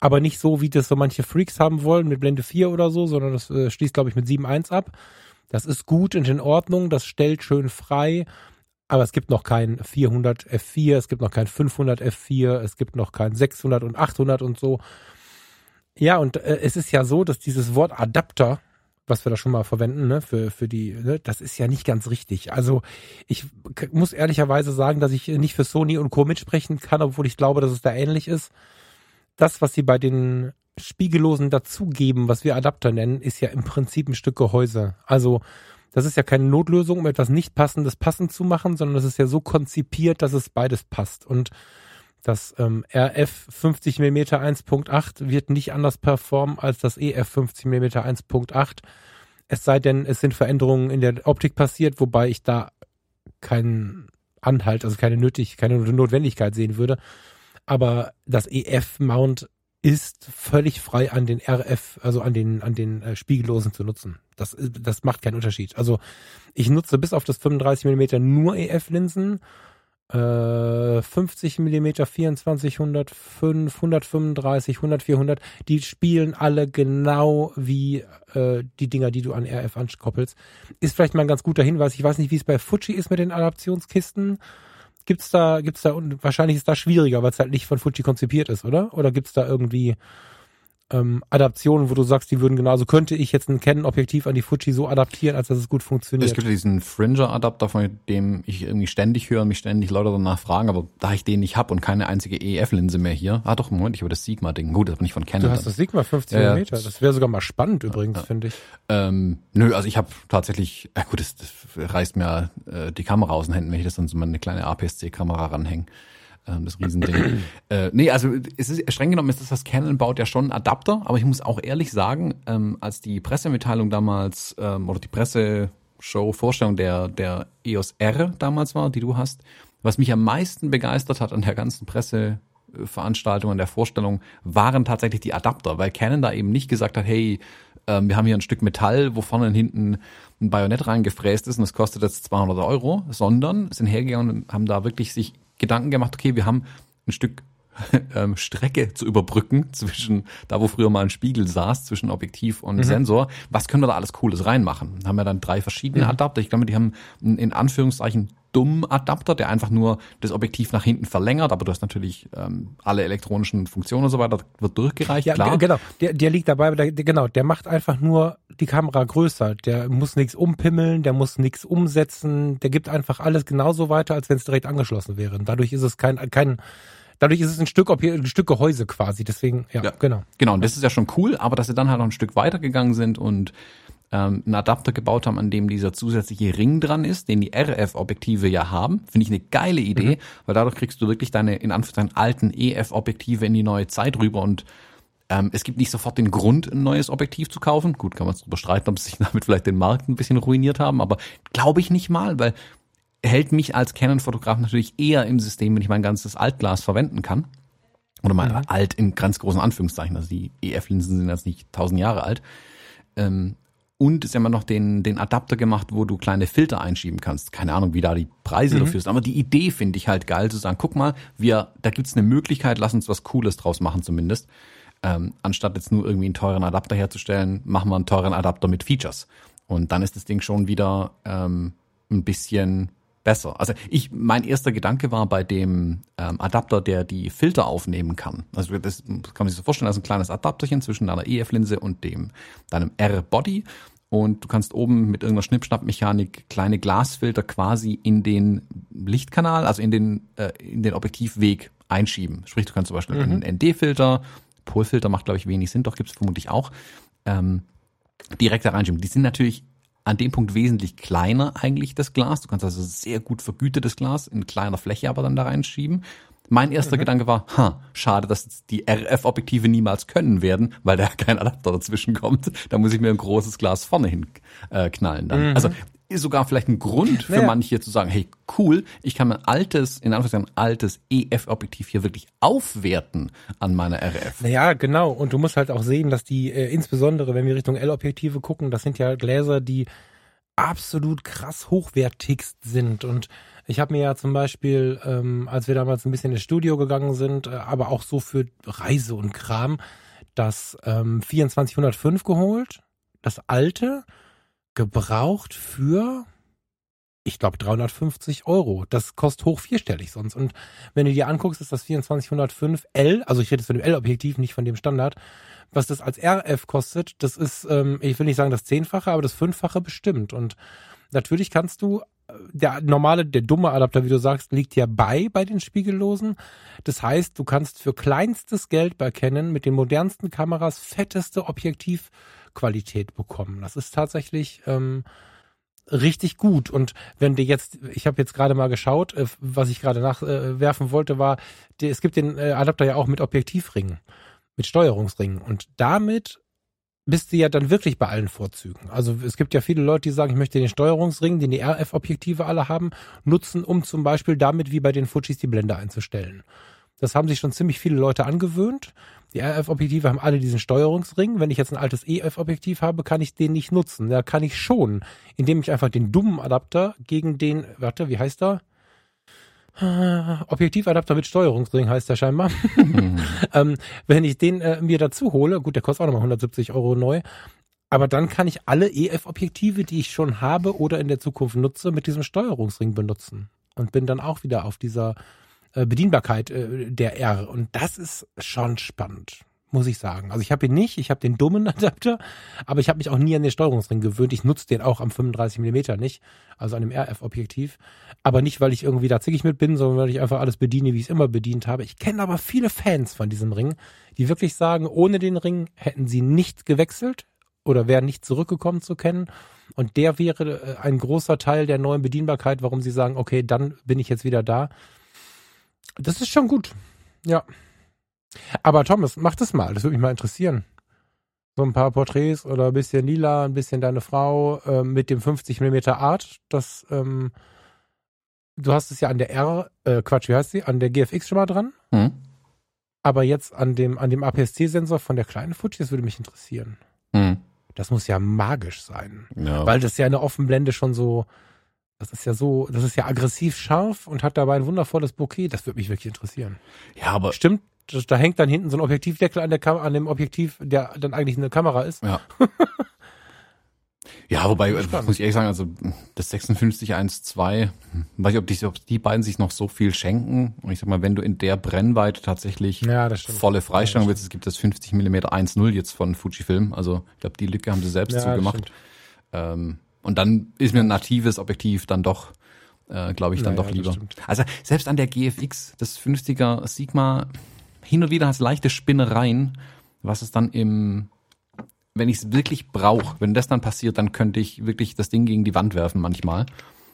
aber nicht so, wie das so manche Freaks haben wollen mit Blende vier oder so, sondern das äh, schließt, glaube ich, mit sieben Komma eins ab. Das ist gut und in Ordnung, das stellt schön frei, aber es gibt noch kein vierhundert F vier, es gibt noch kein fünfhundert F vier, es gibt noch kein sechshundert und achthundert und so. Ja, und äh, es ist ja so, dass dieses Wort Adapter, was wir da schon mal verwenden, ne, für, für die, ne, das ist ja nicht ganz richtig. Also ich k- muss ehrlicherweise sagen, dass ich nicht für Sony und Co. mitsprechen kann, obwohl ich glaube, dass es da ähnlich ist. Das, was sie bei den Spiegellosen dazugeben, was wir Adapter nennen, ist ja im Prinzip ein Stück Gehäuse. Also das ist ja keine Notlösung, um etwas nicht Passendes passend zu machen, sondern das ist ja so konzipiert, dass es beides passt. Und das ähm, R F fünfzig Millimeter eins Punkt acht wird nicht anders performen als das E F fünfzig Millimeter eins Punkt acht. Es sei denn, es sind Veränderungen in der Optik passiert, wobei ich da keinen Anhalt, also keine nötig, keine Notwendigkeit sehen würde. Aber das E F-Mount ist völlig frei an den R F, also an den an den äh, Spiegellosen zu nutzen. Das das macht keinen Unterschied. Also ich nutze bis auf das fünfunddreißig Millimeter nur E F-Linsen. Äh, fünfzig Millimeter, vierundzwanzig, hundertfünf, hundertfünfunddreißig, hundert, vierhundert, die spielen alle genau wie äh, die Dinger, die du an R F ankoppelst. Ist vielleicht mal ein ganz guter Hinweis. Ich weiß nicht, wie es bei Fuji ist mit den Adaptionskisten. Gibt's da, gibt's da, und wahrscheinlich ist das schwieriger, weil es halt nicht von Fuji konzipiert ist, oder? Oder gibt's da irgendwie ähm, Adaptionen, wo du sagst, die würden genauso, könnte ich jetzt ein Canon-Objektiv an die Fuji so adaptieren, als dass es gut funktioniert? Es gibt ja diesen Fringer-Adapter, von dem ich irgendwie ständig höre und mich ständig Leute danach fragen, aber da ich den nicht habe und keine einzige E F-Linse mehr hier, ah doch, Moment, ich habe das Sigma-Ding, gut, das bin nicht von Canon. Du hast dann. das Sigma fünfzig Ja, Millimeter, das wäre sogar mal spannend übrigens, ja. finde ich. Ähm, nö, also ich habe tatsächlich, äh gut, das, das reißt mir äh, die Kamera aus den Händen, wenn ich das dann so mal eine kleine A P S C-Kamera ranhänge. Ähm, das Riesending. äh, nee, also es ist streng genommen ist das, was Canon baut, ja schon ein Adapter, aber ich muss auch ehrlich sagen, ähm, als die Pressemitteilung damals, ähm, oder die Presseshow-Vorstellung der, der E O S R damals war, die du hast, was mich am meisten begeistert hat an der ganzen Presseveranstaltung, an der Vorstellung, waren tatsächlich die Adapter, weil Canon da eben nicht gesagt hat, hey, ähm, wir haben hier ein Stück Metall, wo vorne und hinten ein Bajonett reingefräst ist und das kostet jetzt zweihundert Euro, sondern sind hergegangen und haben da wirklich sich Gedanken gemacht, okay, wir haben ein Stück ähm, Strecke zu überbrücken zwischen da, wo früher mal ein Spiegel saß, zwischen Objektiv und mhm. Sensor. Was können wir da alles Cooles reinmachen? Haben wir dann drei verschiedene mhm. Adapter. Ich glaube, die haben einen, in Anführungszeichen dummen Adapter, der einfach nur das Objektiv nach hinten verlängert, aber du hast natürlich ähm, alle elektronischen Funktionen und so weiter, wird durchgereicht, ja, klar. Genau, der, der liegt dabei, der, der, genau, der macht einfach nur die Kamera größer. Der muss nichts umpimmeln, der muss nichts umsetzen, der gibt einfach alles genauso weiter, als wenn es direkt angeschlossen wäre. Und dadurch ist es kein, kein Dadurch ist es ein Stück, ein Stück Gehäuse quasi, deswegen, ja, ja, genau. Genau, und das ist ja schon cool, aber dass sie dann halt noch ein Stück weitergegangen sind und ähm, einen Adapter gebaut haben, an dem dieser zusätzliche Ring dran ist, den die R F-Objektive ja haben, finde ich eine geile Idee, mhm. weil dadurch kriegst du wirklich deine, in Anführungszeichen, alten E F-Objektive in die neue Zeit rüber und ähm, es gibt nicht sofort den Grund, ein neues Objektiv zu kaufen. Gut, kann man drüber streiten, ob sie sich damit vielleicht den Markt ein bisschen ruiniert haben, aber glaube ich nicht mal, weil hält mich als Canon-Fotograf natürlich eher im System, wenn ich mein ganzes Altglas verwenden kann. Oder mal mhm. alt in ganz großen Anführungszeichen. Also die E F-Linsen sind jetzt nicht tausend Jahre alt. Ähm, und es ist ja immer noch den, den Adapter gemacht, wo du kleine Filter einschieben kannst. Keine Ahnung, wie da die Preise mhm. dafür sind. Aber die Idee finde ich halt geil, zu sagen, guck mal, wir, da gibt's eine Möglichkeit, lass uns was Cooles draus machen zumindest. Ähm, anstatt jetzt nur irgendwie einen teuren Adapter herzustellen, machen wir einen teuren Adapter mit Features. Und dann ist das Ding schon wieder ähm, ein bisschen besser. Also ich, mein erster Gedanke war bei dem ähm, Adapter, der die Filter aufnehmen kann. Also das kann man sich so vorstellen, das ist ein kleines Adapterchen zwischen deiner E F-Linse und dem deinem R-Body und du kannst oben mit irgendeiner Schnippschnapp-Mechanik kleine Glasfilter quasi in den Lichtkanal, also in den äh, in den Objektivweg einschieben. Sprich, du kannst zum Beispiel mhm. einen N D-Filter, Polfilter macht glaube ich wenig Sinn, doch gibt es vermutlich auch, ähm, direkt da reinschieben. Die sind natürlich an dem Punkt wesentlich kleiner eigentlich das Glas. Du kannst also sehr gut vergütetes Glas in kleiner Fläche aber dann da reinschieben. Mein erster mhm. Gedanke war, ha, schade, dass jetzt die R F-Objektive niemals können werden, weil da kein Adapter dazwischen kommt. Da muss ich mir ein großes Glas vorne hin äh, knallen dann. Mhm. Also ist sogar vielleicht ein Grund für naja. manche zu sagen, hey, cool, ich kann mein altes, in Anführungszeichen altes E F-Objektiv hier wirklich aufwerten an meiner R F. Naja, genau. Und du musst halt auch sehen, dass die, äh, insbesondere wenn wir Richtung L-Objektive gucken, das sind ja Gläser, die absolut krass hochwertigst sind. Und Ich habe mir ja zum Beispiel, ähm, als wir damals ein bisschen ins Studio gegangen sind, äh, aber auch so für Reise und Kram, das ähm, vierundzwanzig hundertfünf geholt, das alte, gebraucht für, ich glaube, dreihundertfünfzig Euro. Das kostet hoch vierstellig sonst. Und wenn du dir anguckst, ist das vierundzwanzig hundertfünf L, also ich rede jetzt von dem L-Objektiv, nicht von dem Standard, was das als R F kostet, das ist, ähm, ich will nicht sagen das Zehnfache, aber das Fünffache bestimmt. Und natürlich kannst du, der normale, der dumme Adapter, wie du sagst, liegt ja bei, bei den Spiegellosen. Das heißt, du kannst für kleinstes Geld bei Canon mit den modernsten Kameras fetteste Objektivqualität bekommen. Das ist tatsächlich ähm, richtig gut. Und wenn dir jetzt, ich habe jetzt gerade mal geschaut, äh, was ich gerade nachwerfen äh, wollte, war, die, es gibt den äh, Adapter ja auch mit Objektivringen, mit Steuerungsringen. Und damit bist du ja dann wirklich bei allen Vorzügen. Also es gibt ja viele Leute, die sagen, ich möchte den Steuerungsring, den die R F-Objektive alle haben, nutzen, um zum Beispiel damit wie bei den Fujis die Blende einzustellen. Das haben sich schon ziemlich viele Leute angewöhnt. Die R F-Objektive haben alle diesen Steuerungsring. Wenn ich jetzt ein altes E F-Objektiv habe, kann ich den nicht nutzen. Da kann ich schon, indem ich einfach den dummen Adapter gegen den, warte, wie heißt der? Objektivadapter mit Steuerungsring heißt der scheinbar. Mhm. ähm, wenn ich den äh, mir dazu hole, gut, der kostet auch nochmal hundertsiebzig Euro neu, aber dann kann ich alle E F-Objektive, die ich schon habe oder in der Zukunft nutze, mit diesem Steuerungsring benutzen und bin dann auch wieder auf dieser äh, Bedienbarkeit äh, der R. Und das ist schon spannend, muss ich sagen. Also ich habe ihn nicht, ich habe den dummen Adapter, aber ich habe mich auch nie an den Steuerungsring gewöhnt. Ich nutze den auch am fünfunddreißig Millimeter nicht, also an dem R F-Objektiv. Aber nicht, weil ich irgendwie da zickig mit bin, sondern weil ich einfach alles bediene, wie ich es immer bedient habe. Ich kenne aber viele Fans von diesem Ring, die wirklich sagen, ohne den Ring hätten sie nicht gewechselt oder wären nicht zurückgekommen zu Canon. Und der wäre ein großer Teil der neuen Bedienbarkeit, warum sie sagen, okay, dann bin ich jetzt wieder da. Das ist schon gut, ja. Aber Thomas, mach das mal, das würde mich mal interessieren. So ein paar Porträts oder ein bisschen lila, ein bisschen deine Frau äh, mit dem fünfzig Millimeter Art. Das, ähm, du hast es ja an der R, äh, Quatsch, wie heißt sie? An der G F X schon mal dran. Hm. Aber jetzt an dem, an dem A P S C-Sensor von der kleinen Fuji, das würde mich interessieren. Hm. Das muss ja magisch sein. Ja. Weil das ja eine Offenblende schon so, das ist ja so, das ist ja aggressiv scharf und hat dabei ein wundervolles Bokeh. Das würde mich wirklich interessieren. Ja, aber stimmt. Da hängt dann hinten so ein Objektivdeckel an der Kam- an dem Objektiv, der dann eigentlich eine Kamera ist. Ja. Ja, wobei, muss ich ehrlich sagen, also das sechsundfünfzig eins zwei, weiß ich, ob die, ob die beiden sich noch so viel schenken. Und ich sag mal, wenn du in der Brennweite tatsächlich ja, volle Freistellung willst, es gibt das fünfzig Millimeter eins Komma null jetzt von Fujifilm. Also ich glaube, die Lücke haben sie selbst ja, zugemacht. Ähm, und dann ist mir ein natives Objektiv dann doch, äh, glaube ich, dann naja, doch lieber. Also selbst an der G F X, das fünfziger Sigma, hin und wieder hat es leichte Spinnereien, was es dann im, wenn ich es wirklich brauche, wenn das dann passiert, dann könnte ich wirklich das Ding gegen die Wand werfen manchmal.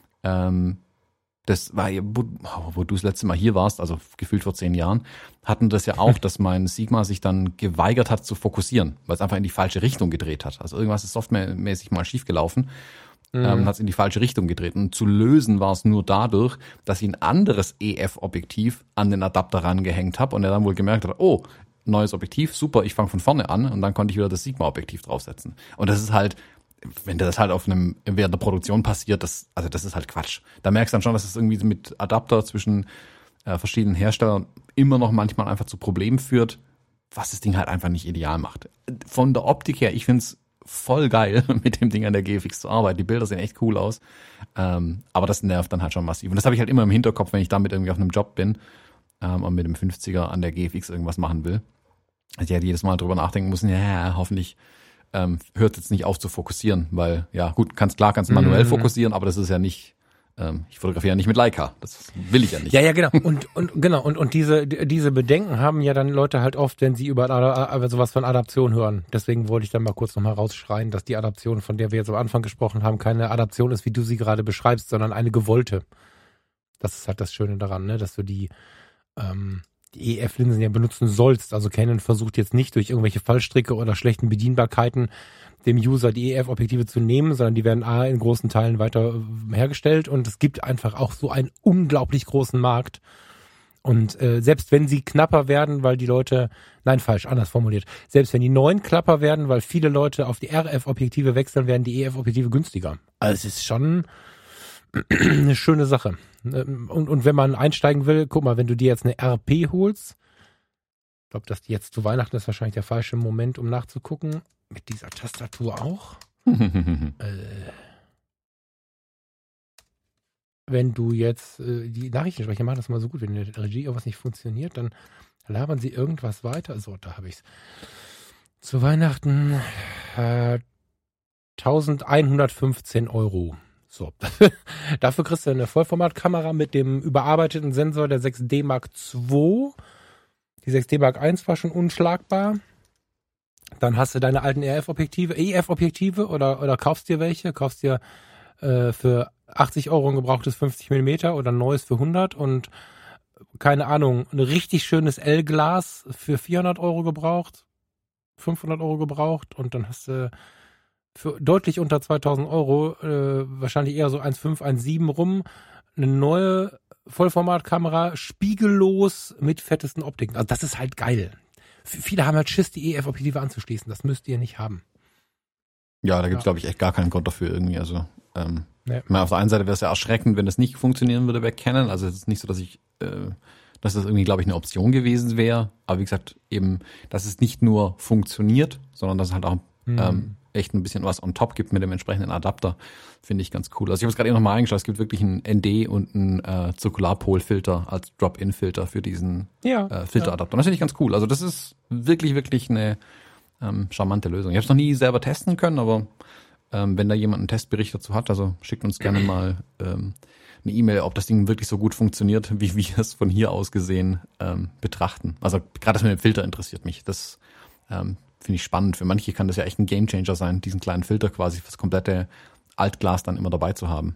Ähm, das war, wo, wo du das letzte Mal hier warst, also gefühlt vor zehn Jahren, hatten das ja auch, dass mein Sigma sich dann geweigert hat zu fokussieren, weil es einfach in die falsche Richtung gedreht hat. Also irgendwas ist softwaremäßig mal schief gelaufen. Mhm. Ähm, hat es in die falsche Richtung gedreht. Und zu lösen war es nur dadurch, dass ich ein anderes E F-Objektiv an den Adapter rangehängt habe und er dann wohl gemerkt hat, oh, neues Objektiv, super, ich fange von vorne an und dann konnte ich wieder das Sigma-Objektiv draufsetzen. Und das ist halt, wenn das halt auf einem, während der Produktion passiert, das, also das ist halt Quatsch. Da merkst du dann schon, dass es irgendwie mit Adapter zwischen äh, verschiedenen Herstellern immer noch manchmal einfach zu Problemen führt, was das Ding halt einfach nicht ideal macht. Von der Optik her, ich find's voll geil, mit dem Ding an der G F X zu arbeiten. Die Bilder sehen echt cool aus. Ähm, aber das nervt dann halt schon massiv. Und das habe ich halt immer im Hinterkopf, wenn ich damit irgendwie auf einem Job bin ähm, und mit dem fünfziger an der G F X irgendwas machen will. Also ich halt jedes Mal drüber nachdenken muss, ja, hoffentlich ähm, hört jetzt nicht auf zu fokussieren, weil, ja, gut, kannst klar, kannst manuell mhm. fokussieren, aber das ist ja nicht, ähm, ich fotografiere ja nicht mit Leica. Das will ich ja nicht. Ja, ja, genau. Und, und, genau. Und, und diese, diese Bedenken haben ja dann Leute halt oft, wenn sie über Ad- sowas von Adaption hören. Deswegen wollte ich dann mal kurz nochmal rausschreien, dass die Adaption, von der wir jetzt am Anfang gesprochen haben, keine Adaption ist, wie du sie gerade beschreibst, sondern eine gewollte. Das ist halt das Schöne daran, ne, dass du die, ähm, die E F-Linsen ja benutzen sollst. Also Canon versucht jetzt nicht durch irgendwelche Fallstricke oder schlechten Bedienbarkeiten dem User die E F-Objektive zu nehmen, sondern die werden A in großen Teilen weiter hergestellt und es gibt einfach auch so einen unglaublich großen Markt. Und äh, selbst wenn sie knapper werden, weil die Leute, nein, falsch, anders formuliert, selbst wenn die neuen knapper werden, weil viele Leute auf die R F-Objektive wechseln, werden die E F-Objektive günstiger. Also es ist schon eine schöne Sache. Und, und wenn man einsteigen will, guck mal, wenn du dir jetzt eine R P holst, ich glaube, dass die jetzt zu Weihnachten ist wahrscheinlich der falsche Moment, um nachzugucken. Mit dieser Tastatur auch. äh, wenn du jetzt, äh, die Nachrichtensprecher machen das mal so gut, wenn in der Regie irgendwas nicht funktioniert, dann labern sie irgendwas weiter. So, da habe ich es. Zu Weihnachten äh, elfhundertfünfzehn Euro. So. Dafür kriegst du eine Vollformatkamera mit dem überarbeiteten Sensor der sechs D Mark zwei. Die sechs D Mark eins war schon unschlagbar. Dann hast du deine alten R F-Objektive, E F-Objektive oder, oder kaufst dir welche, kaufst dir äh, für achtzig Euro ein gebrauchtes fünfzig Millimeter oder ein neues für hundert und keine Ahnung, ein richtig schönes L-Glas für vierhundert Euro gebraucht, fünfhundert Euro gebraucht und dann hast du für deutlich unter zweitausend Euro, äh, wahrscheinlich eher so eins Komma fünf, eins Komma sieben rum, eine neue Vollformatkamera, spiegellos mit fettesten Optiken. Also das ist halt geil. Viele haben halt Schiss, die E F-Objektive anzuschließen. Das müsst ihr nicht haben. Ja, da gibt's ja. glaube ich, echt gar keinen Grund dafür irgendwie. Also ähm, ja. ich meine, auf der einen Seite wäre es ja erschreckend, wenn es nicht funktionieren würde bei Canon. Also es ist nicht so, dass ich, äh, dass das irgendwie, glaube ich, eine Option gewesen wäre. Aber wie gesagt, eben, dass es nicht nur funktioniert, sondern dass es halt auch mhm. ähm, echt ein bisschen was on top gibt mit dem entsprechenden Adapter, finde ich ganz cool. Also ich habe es gerade eben nochmal eingeschaut, es gibt wirklich einen N D und einen äh, Zirkularpol-Filter als Drop-In-Filter für diesen ja, äh, Filteradapter. Ja. Das finde ich ganz cool. Also das ist wirklich, wirklich eine ähm, charmante Lösung. Ich habe es noch nie selber testen können, aber ähm, wenn da jemand einen Testbericht dazu hat, also schickt uns gerne mal ähm, eine E-Mail, ob das Ding wirklich so gut funktioniert, wie wir es von hier aus gesehen ähm, betrachten. Also gerade das mit dem Filter interessiert mich. Das ähm, finde ich spannend. Für manche kann das ja echt ein Gamechanger sein, diesen kleinen Filter quasi fürs komplette Altglas dann immer dabei zu haben.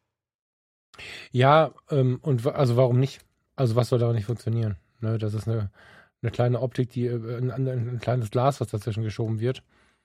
Ja, ähm, und w- also warum nicht? Also was soll da nicht funktionieren? Ne, das ist eine, eine kleine Optik, die äh, ein, ein kleines Glas, was dazwischen geschoben wird.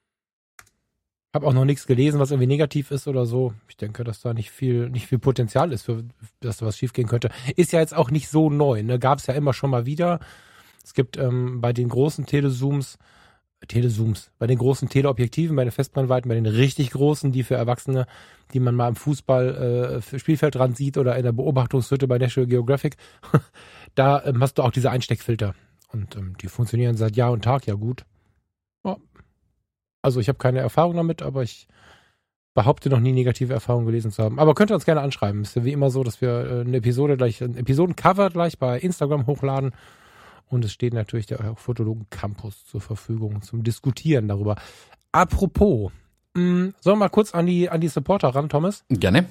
Habe auch noch nichts gelesen, was irgendwie negativ ist oder so. Ich denke, dass da nicht viel, nicht viel Potenzial ist, für, dass da was schiefgehen könnte. Ist ja jetzt auch nicht so neu. Ne? Gab es ja immer schon mal wieder. Es gibt ähm, bei den großen Telezooms Telezooms, bei den großen Teleobjektiven, bei den Festbrennweiten, bei den richtig großen, die für Erwachsene, die man mal im Fußball äh, Spielfeldrand sieht oder in der Beobachtungshütte bei National Geographic, da ähm, hast du auch diese Einsteckfilter und ähm, die funktionieren seit Jahr und Tag ja gut. Ja. Also ich habe keine Erfahrung damit, aber ich behaupte noch nie negative Erfahrungen gelesen zu haben. Aber könnt ihr uns gerne anschreiben. Ist ja wie immer so, dass wir äh, eine Episode gleich, ein Episodencover gleich bei Instagram hochladen. Und es steht natürlich der Fotologen Campus zur Verfügung zum Diskutieren darüber. Apropos, mh, sollen wir mal kurz an die, an die Supporter ran, Thomas? Gerne.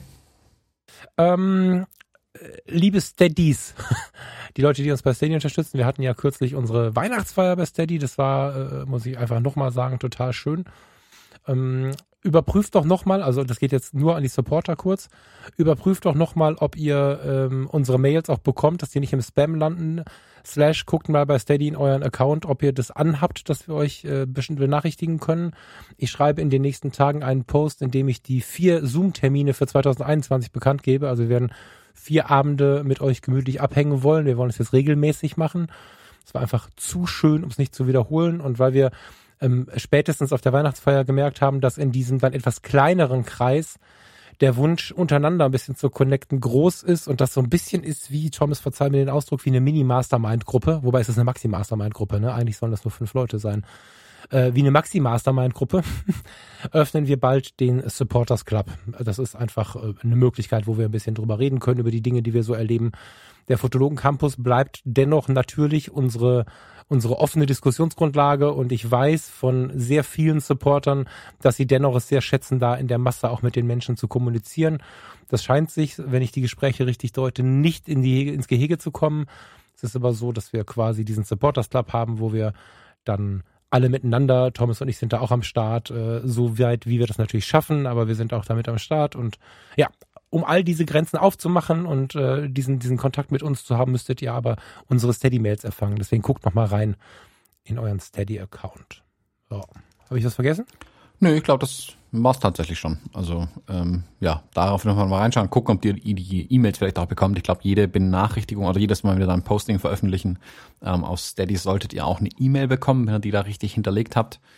Ähm, liebe Steadies, die Leute, die uns bei Steady unterstützen, wir hatten ja kürzlich unsere Weihnachtsfeier bei Steady. Das war, äh, muss ich einfach nochmal sagen, total schön. Ähm, überprüft doch nochmal, also das geht jetzt nur an die Supporter kurz, überprüft doch nochmal, ob ihr ähm, unsere Mails auch bekommt, dass die nicht im Spam landen. Slash, guckt mal bei Steady in euren Account, ob ihr das anhabt, dass wir euch äh, bestimmt benachrichtigen können. Ich schreibe in den nächsten Tagen einen Post, in dem ich die vier Zoom-Termine für zwanzig einundzwanzig bekannt gebe. Also wir werden vier Abende mit euch gemütlich abhängen wollen. Wir wollen es jetzt regelmäßig machen. Es war einfach zu schön, um es nicht zu wiederholen. Und weil wir ähm, spätestens auf der Weihnachtsfeier gemerkt haben, dass in diesem dann etwas kleineren Kreis der Wunsch, untereinander ein bisschen zu connecten, groß ist und das so ein bisschen ist wie, Thomas, verzeih mir den Ausdruck, wie eine Mini-Mastermind-Gruppe, wobei es ist eine Maxi-Mastermind-Gruppe, ne? Eigentlich sollen das nur fünf Leute sein. Äh, wie eine Maxi-Mastermind-Gruppe öffnen wir bald den Supporters Club. Das ist einfach äh, eine Möglichkeit, wo wir ein bisschen drüber reden können, über die Dinge, die wir so erleben. Der Fotologen Campus bleibt dennoch natürlich unsere unsere offene Diskussionsgrundlage und ich weiß von sehr vielen Supportern, dass sie dennoch es sehr schätzen, da in der Masse auch mit den Menschen zu kommunizieren. Das scheint sich, wenn ich die Gespräche richtig deute, nicht in die, ins Gehege zu kommen. Es ist aber so, dass wir quasi diesen Supporters Club haben, wo wir dann alle miteinander, Thomas und ich sind da auch am Start, äh, so weit, wie wir das natürlich schaffen, aber wir sind auch damit am Start und ja, um all diese Grenzen aufzumachen und äh, diesen diesen Kontakt mit uns zu haben, müsstet ihr aber unsere Steady-Mails erfangen. Deswegen guckt noch mal rein in euren Steady-Account. So. Habe ich was vergessen? Nö, ich glaube, das war's tatsächlich schon. Also ähm, ja, darauf noch mal reinschauen, gucken, ob ihr die E-Mails vielleicht auch bekommt. Ich glaube, jede Benachrichtigung oder jedes Mal, wenn wir da ein Posting veröffentlichen, ähm, auf Steady solltet ihr auch eine E-Mail bekommen, wenn ihr die da richtig hinterlegt habt.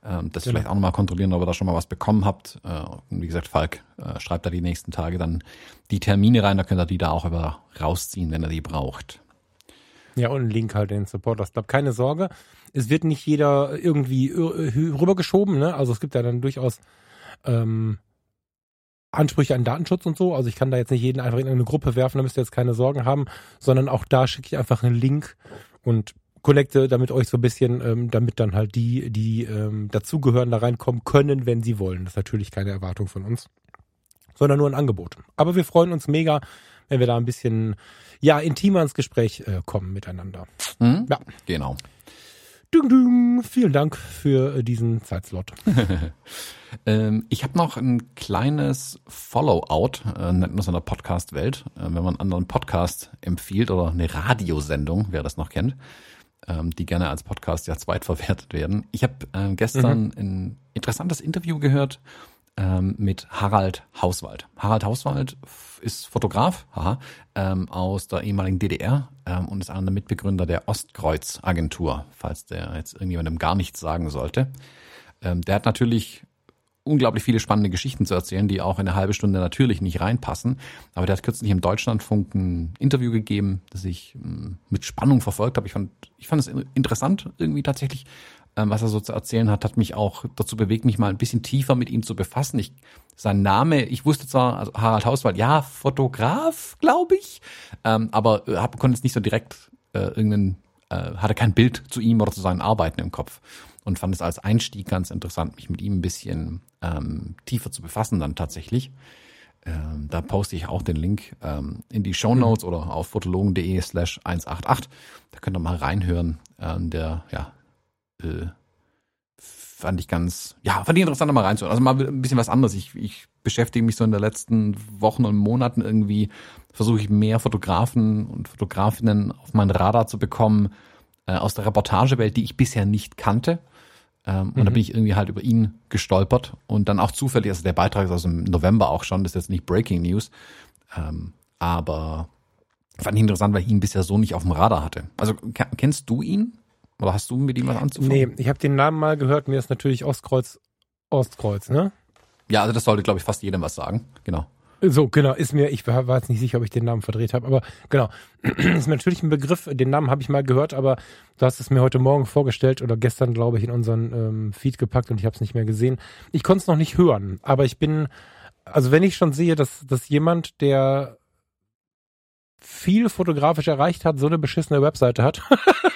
Ähm, das Genau. vielleicht auch nochmal kontrollieren, ob ihr da schon mal was bekommen habt. Äh, und wie gesagt, Falk äh, schreibt da die nächsten Tage dann die Termine rein, da könnt ihr die da auch über rausziehen, wenn ihr die braucht. Ja, und einen Link halt in den Supporters Club. Keine Sorge, es wird nicht jeder irgendwie rübergeschoben, ne? Also es gibt ja dann durchaus ähm, Ansprüche an Datenschutz und so. Also ich kann da jetzt nicht jeden einfach in eine Gruppe werfen, da müsst ihr jetzt keine Sorgen haben, sondern auch da schicke ich einfach einen Link und connecte damit euch so ein bisschen, ähm, damit dann halt die, die ähm, dazugehören, da reinkommen können, wenn sie wollen. Das ist natürlich keine Erwartung von uns, sondern nur ein Angebot. Aber wir freuen uns mega, wenn wir da ein bisschen ja intimer ins Gespräch äh, kommen miteinander. Mhm. Ja, Genau. Ding, ding. Vielen Dank für äh, diesen Zeitslot. ähm, ich habe noch ein kleines Follow-out, äh, nennt man es in der Podcast-Welt, äh, wenn man einen anderen Podcast empfiehlt oder eine Radiosendung, wer das noch kennt, ähm, die gerne als Podcast ja zweitverwertet werden. Ich habe äh, gestern mhm. ein interessantes Interview gehört ähm, mit Harald Hauswald. Harald Hauswald ist Fotograf haha, ähm, aus der ehemaligen D D R ähm, und ist einer der Mitbegründer der Ostkreuz-Agentur, falls der jetzt irgendjemandem gar nichts sagen sollte. Ähm, der hat natürlich unglaublich viele spannende Geschichten zu erzählen, die auch in eine halbe Stunde natürlich nicht reinpassen. Aber der hat kürzlich im Deutschlandfunk ein Interview gegeben, das ich ähm, mit Spannung verfolgt habe. Ich fand, ich fand es interessant irgendwie tatsächlich, ähm, was er so zu erzählen hat, hat mich auch dazu bewegt, mich mal ein bisschen tiefer mit ihm zu befassen. Ich, sein Name, ich wusste zwar, also Harald Hauswald, ja, Fotograf, glaube ich, ähm, aber äh, hab, konnte jetzt nicht so direkt äh, irgendeinen, äh, hatte kein Bild zu ihm oder zu seinen Arbeiten im Kopf. Und fand es als Einstieg ganz interessant, mich mit ihm ein bisschen ähm, tiefer zu befassen dann tatsächlich. Ähm, da poste ich auch den Link ähm, in die Shownotes mhm. oder auf fotologen.de slash 188. Da könnt ihr mal reinhören. Ähm, der, ja, äh, fand ich ganz, ja, fand ich interessant, mal reinzuhören. Also mal ein bisschen was anderes. Ich, ich beschäftige mich so in den letzten Wochen und Monaten irgendwie, versuche ich mehr Fotografen und Fotografinnen auf mein Radar zu bekommen, äh, aus der Reportagewelt, die ich bisher nicht kannte. Ähm, und mhm. da bin ich irgendwie halt über ihn gestolpert und dann auch zufällig, also der Beitrag ist aus dem November auch schon, das ist jetzt nicht Breaking News, ähm, aber fand ich interessant, weil ich ihn bisher so nicht auf dem Radar hatte. Also kennst du ihn? Oder hast du mit ihm was anzufangen? Nee, ich habe den Namen mal gehört, mir ist natürlich Ostkreuz, Ostkreuz, ne? Ja, also das sollte, glaube ich, fast jedem was sagen, genau. So, genau, ist mir, ich war jetzt nicht sicher, ob ich den Namen verdreht habe, aber genau, ist mir natürlich ein Begriff, den Namen habe ich mal gehört, aber du hast es mir heute Morgen vorgestellt oder gestern, glaube ich, in unseren ähm, Feed gepackt und ich habe es nicht mehr gesehen. Ich konnte es noch nicht hören, aber ich bin, also wenn ich schon sehe, dass, dass jemand, der viel fotografisch erreicht hat, so eine beschissene Webseite hat,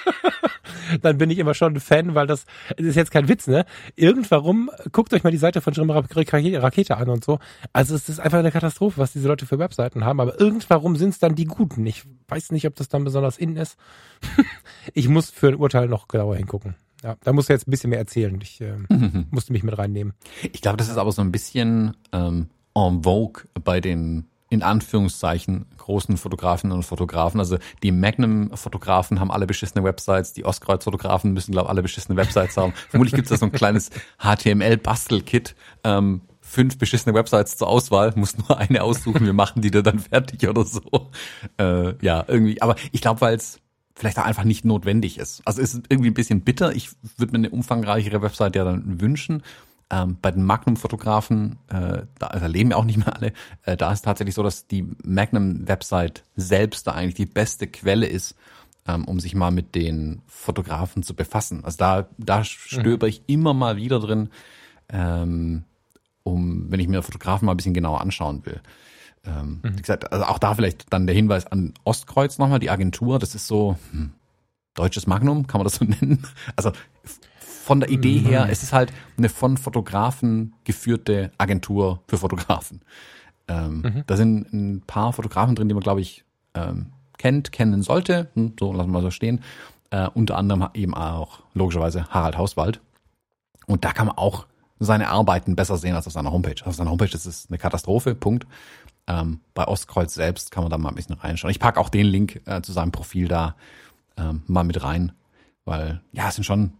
dann bin ich immer schon ein Fan, weil das, das ist jetzt kein Witz, ne? Irgendwarum, guckt euch mal die Seite von Jim Rakete an und so. Also es ist einfach eine Katastrophe, was diese Leute für Webseiten haben, aber irgendwarum sind es dann die Guten. Ich weiß nicht, ob das dann besonders innen ist. Ich muss für ein Urteil noch genauer hingucken. Ja, da musst du jetzt ein bisschen mehr erzählen. Ich äh, musste mich mit reinnehmen. Ich glaube, das ist aber so ein bisschen ähm, en vogue bei den in Anführungszeichen großen Fotografinnen und Fotografen. Also die Magnum-Fotografen haben alle beschissene Websites, die Ostkreuz-Fotografen müssen, glaube ich, alle beschissene Websites haben. Vermutlich gibt es da so ein kleines H T M L-Bastel-Kit, ähm, fünf beschissene Websites zur Auswahl, musst nur eine aussuchen, wir machen die dir dann fertig oder so. Äh, ja, irgendwie. Aber ich glaube, weil es vielleicht auch einfach nicht notwendig ist. Also es ist irgendwie ein bisschen bitter. Ich würde mir eine umfangreichere Website ja dann wünschen. Ähm, bei den Magnum-Fotografen, äh, da, da leben ja auch nicht mehr alle, äh, da ist tatsächlich so, dass die Magnum-Website selbst da eigentlich die beste Quelle ist, ähm, um sich mal mit den Fotografen zu befassen. Also da, da stöber ich immer mal wieder drin, ähm, um, wenn ich mir Fotografen mal ein bisschen genauer anschauen will. Ähm, mhm. Wie gesagt, also auch da vielleicht dann der Hinweis an Ostkreuz nochmal, die Agentur, das ist so hm, deutsches Magnum, kann man das so nennen? Also von der Idee her, es ist halt eine von Fotografen geführte Agentur für Fotografen. Ähm, mhm. Da sind ein paar Fotografen drin, die man, glaube ich, ähm, kennt, kennen sollte. Hm, so lassen wir so stehen. Äh, unter anderem eben auch logischerweise Harald Hauswald. Und da kann man auch seine Arbeiten besser sehen als auf seiner Homepage. Auf seiner Homepage ist es eine Katastrophe, Punkt. Ähm, bei Ostkreuz selbst kann man da mal ein bisschen reinschauen. Ich packe auch den Link äh, zu seinem Profil da ähm, mal mit rein, weil ja, es sind schon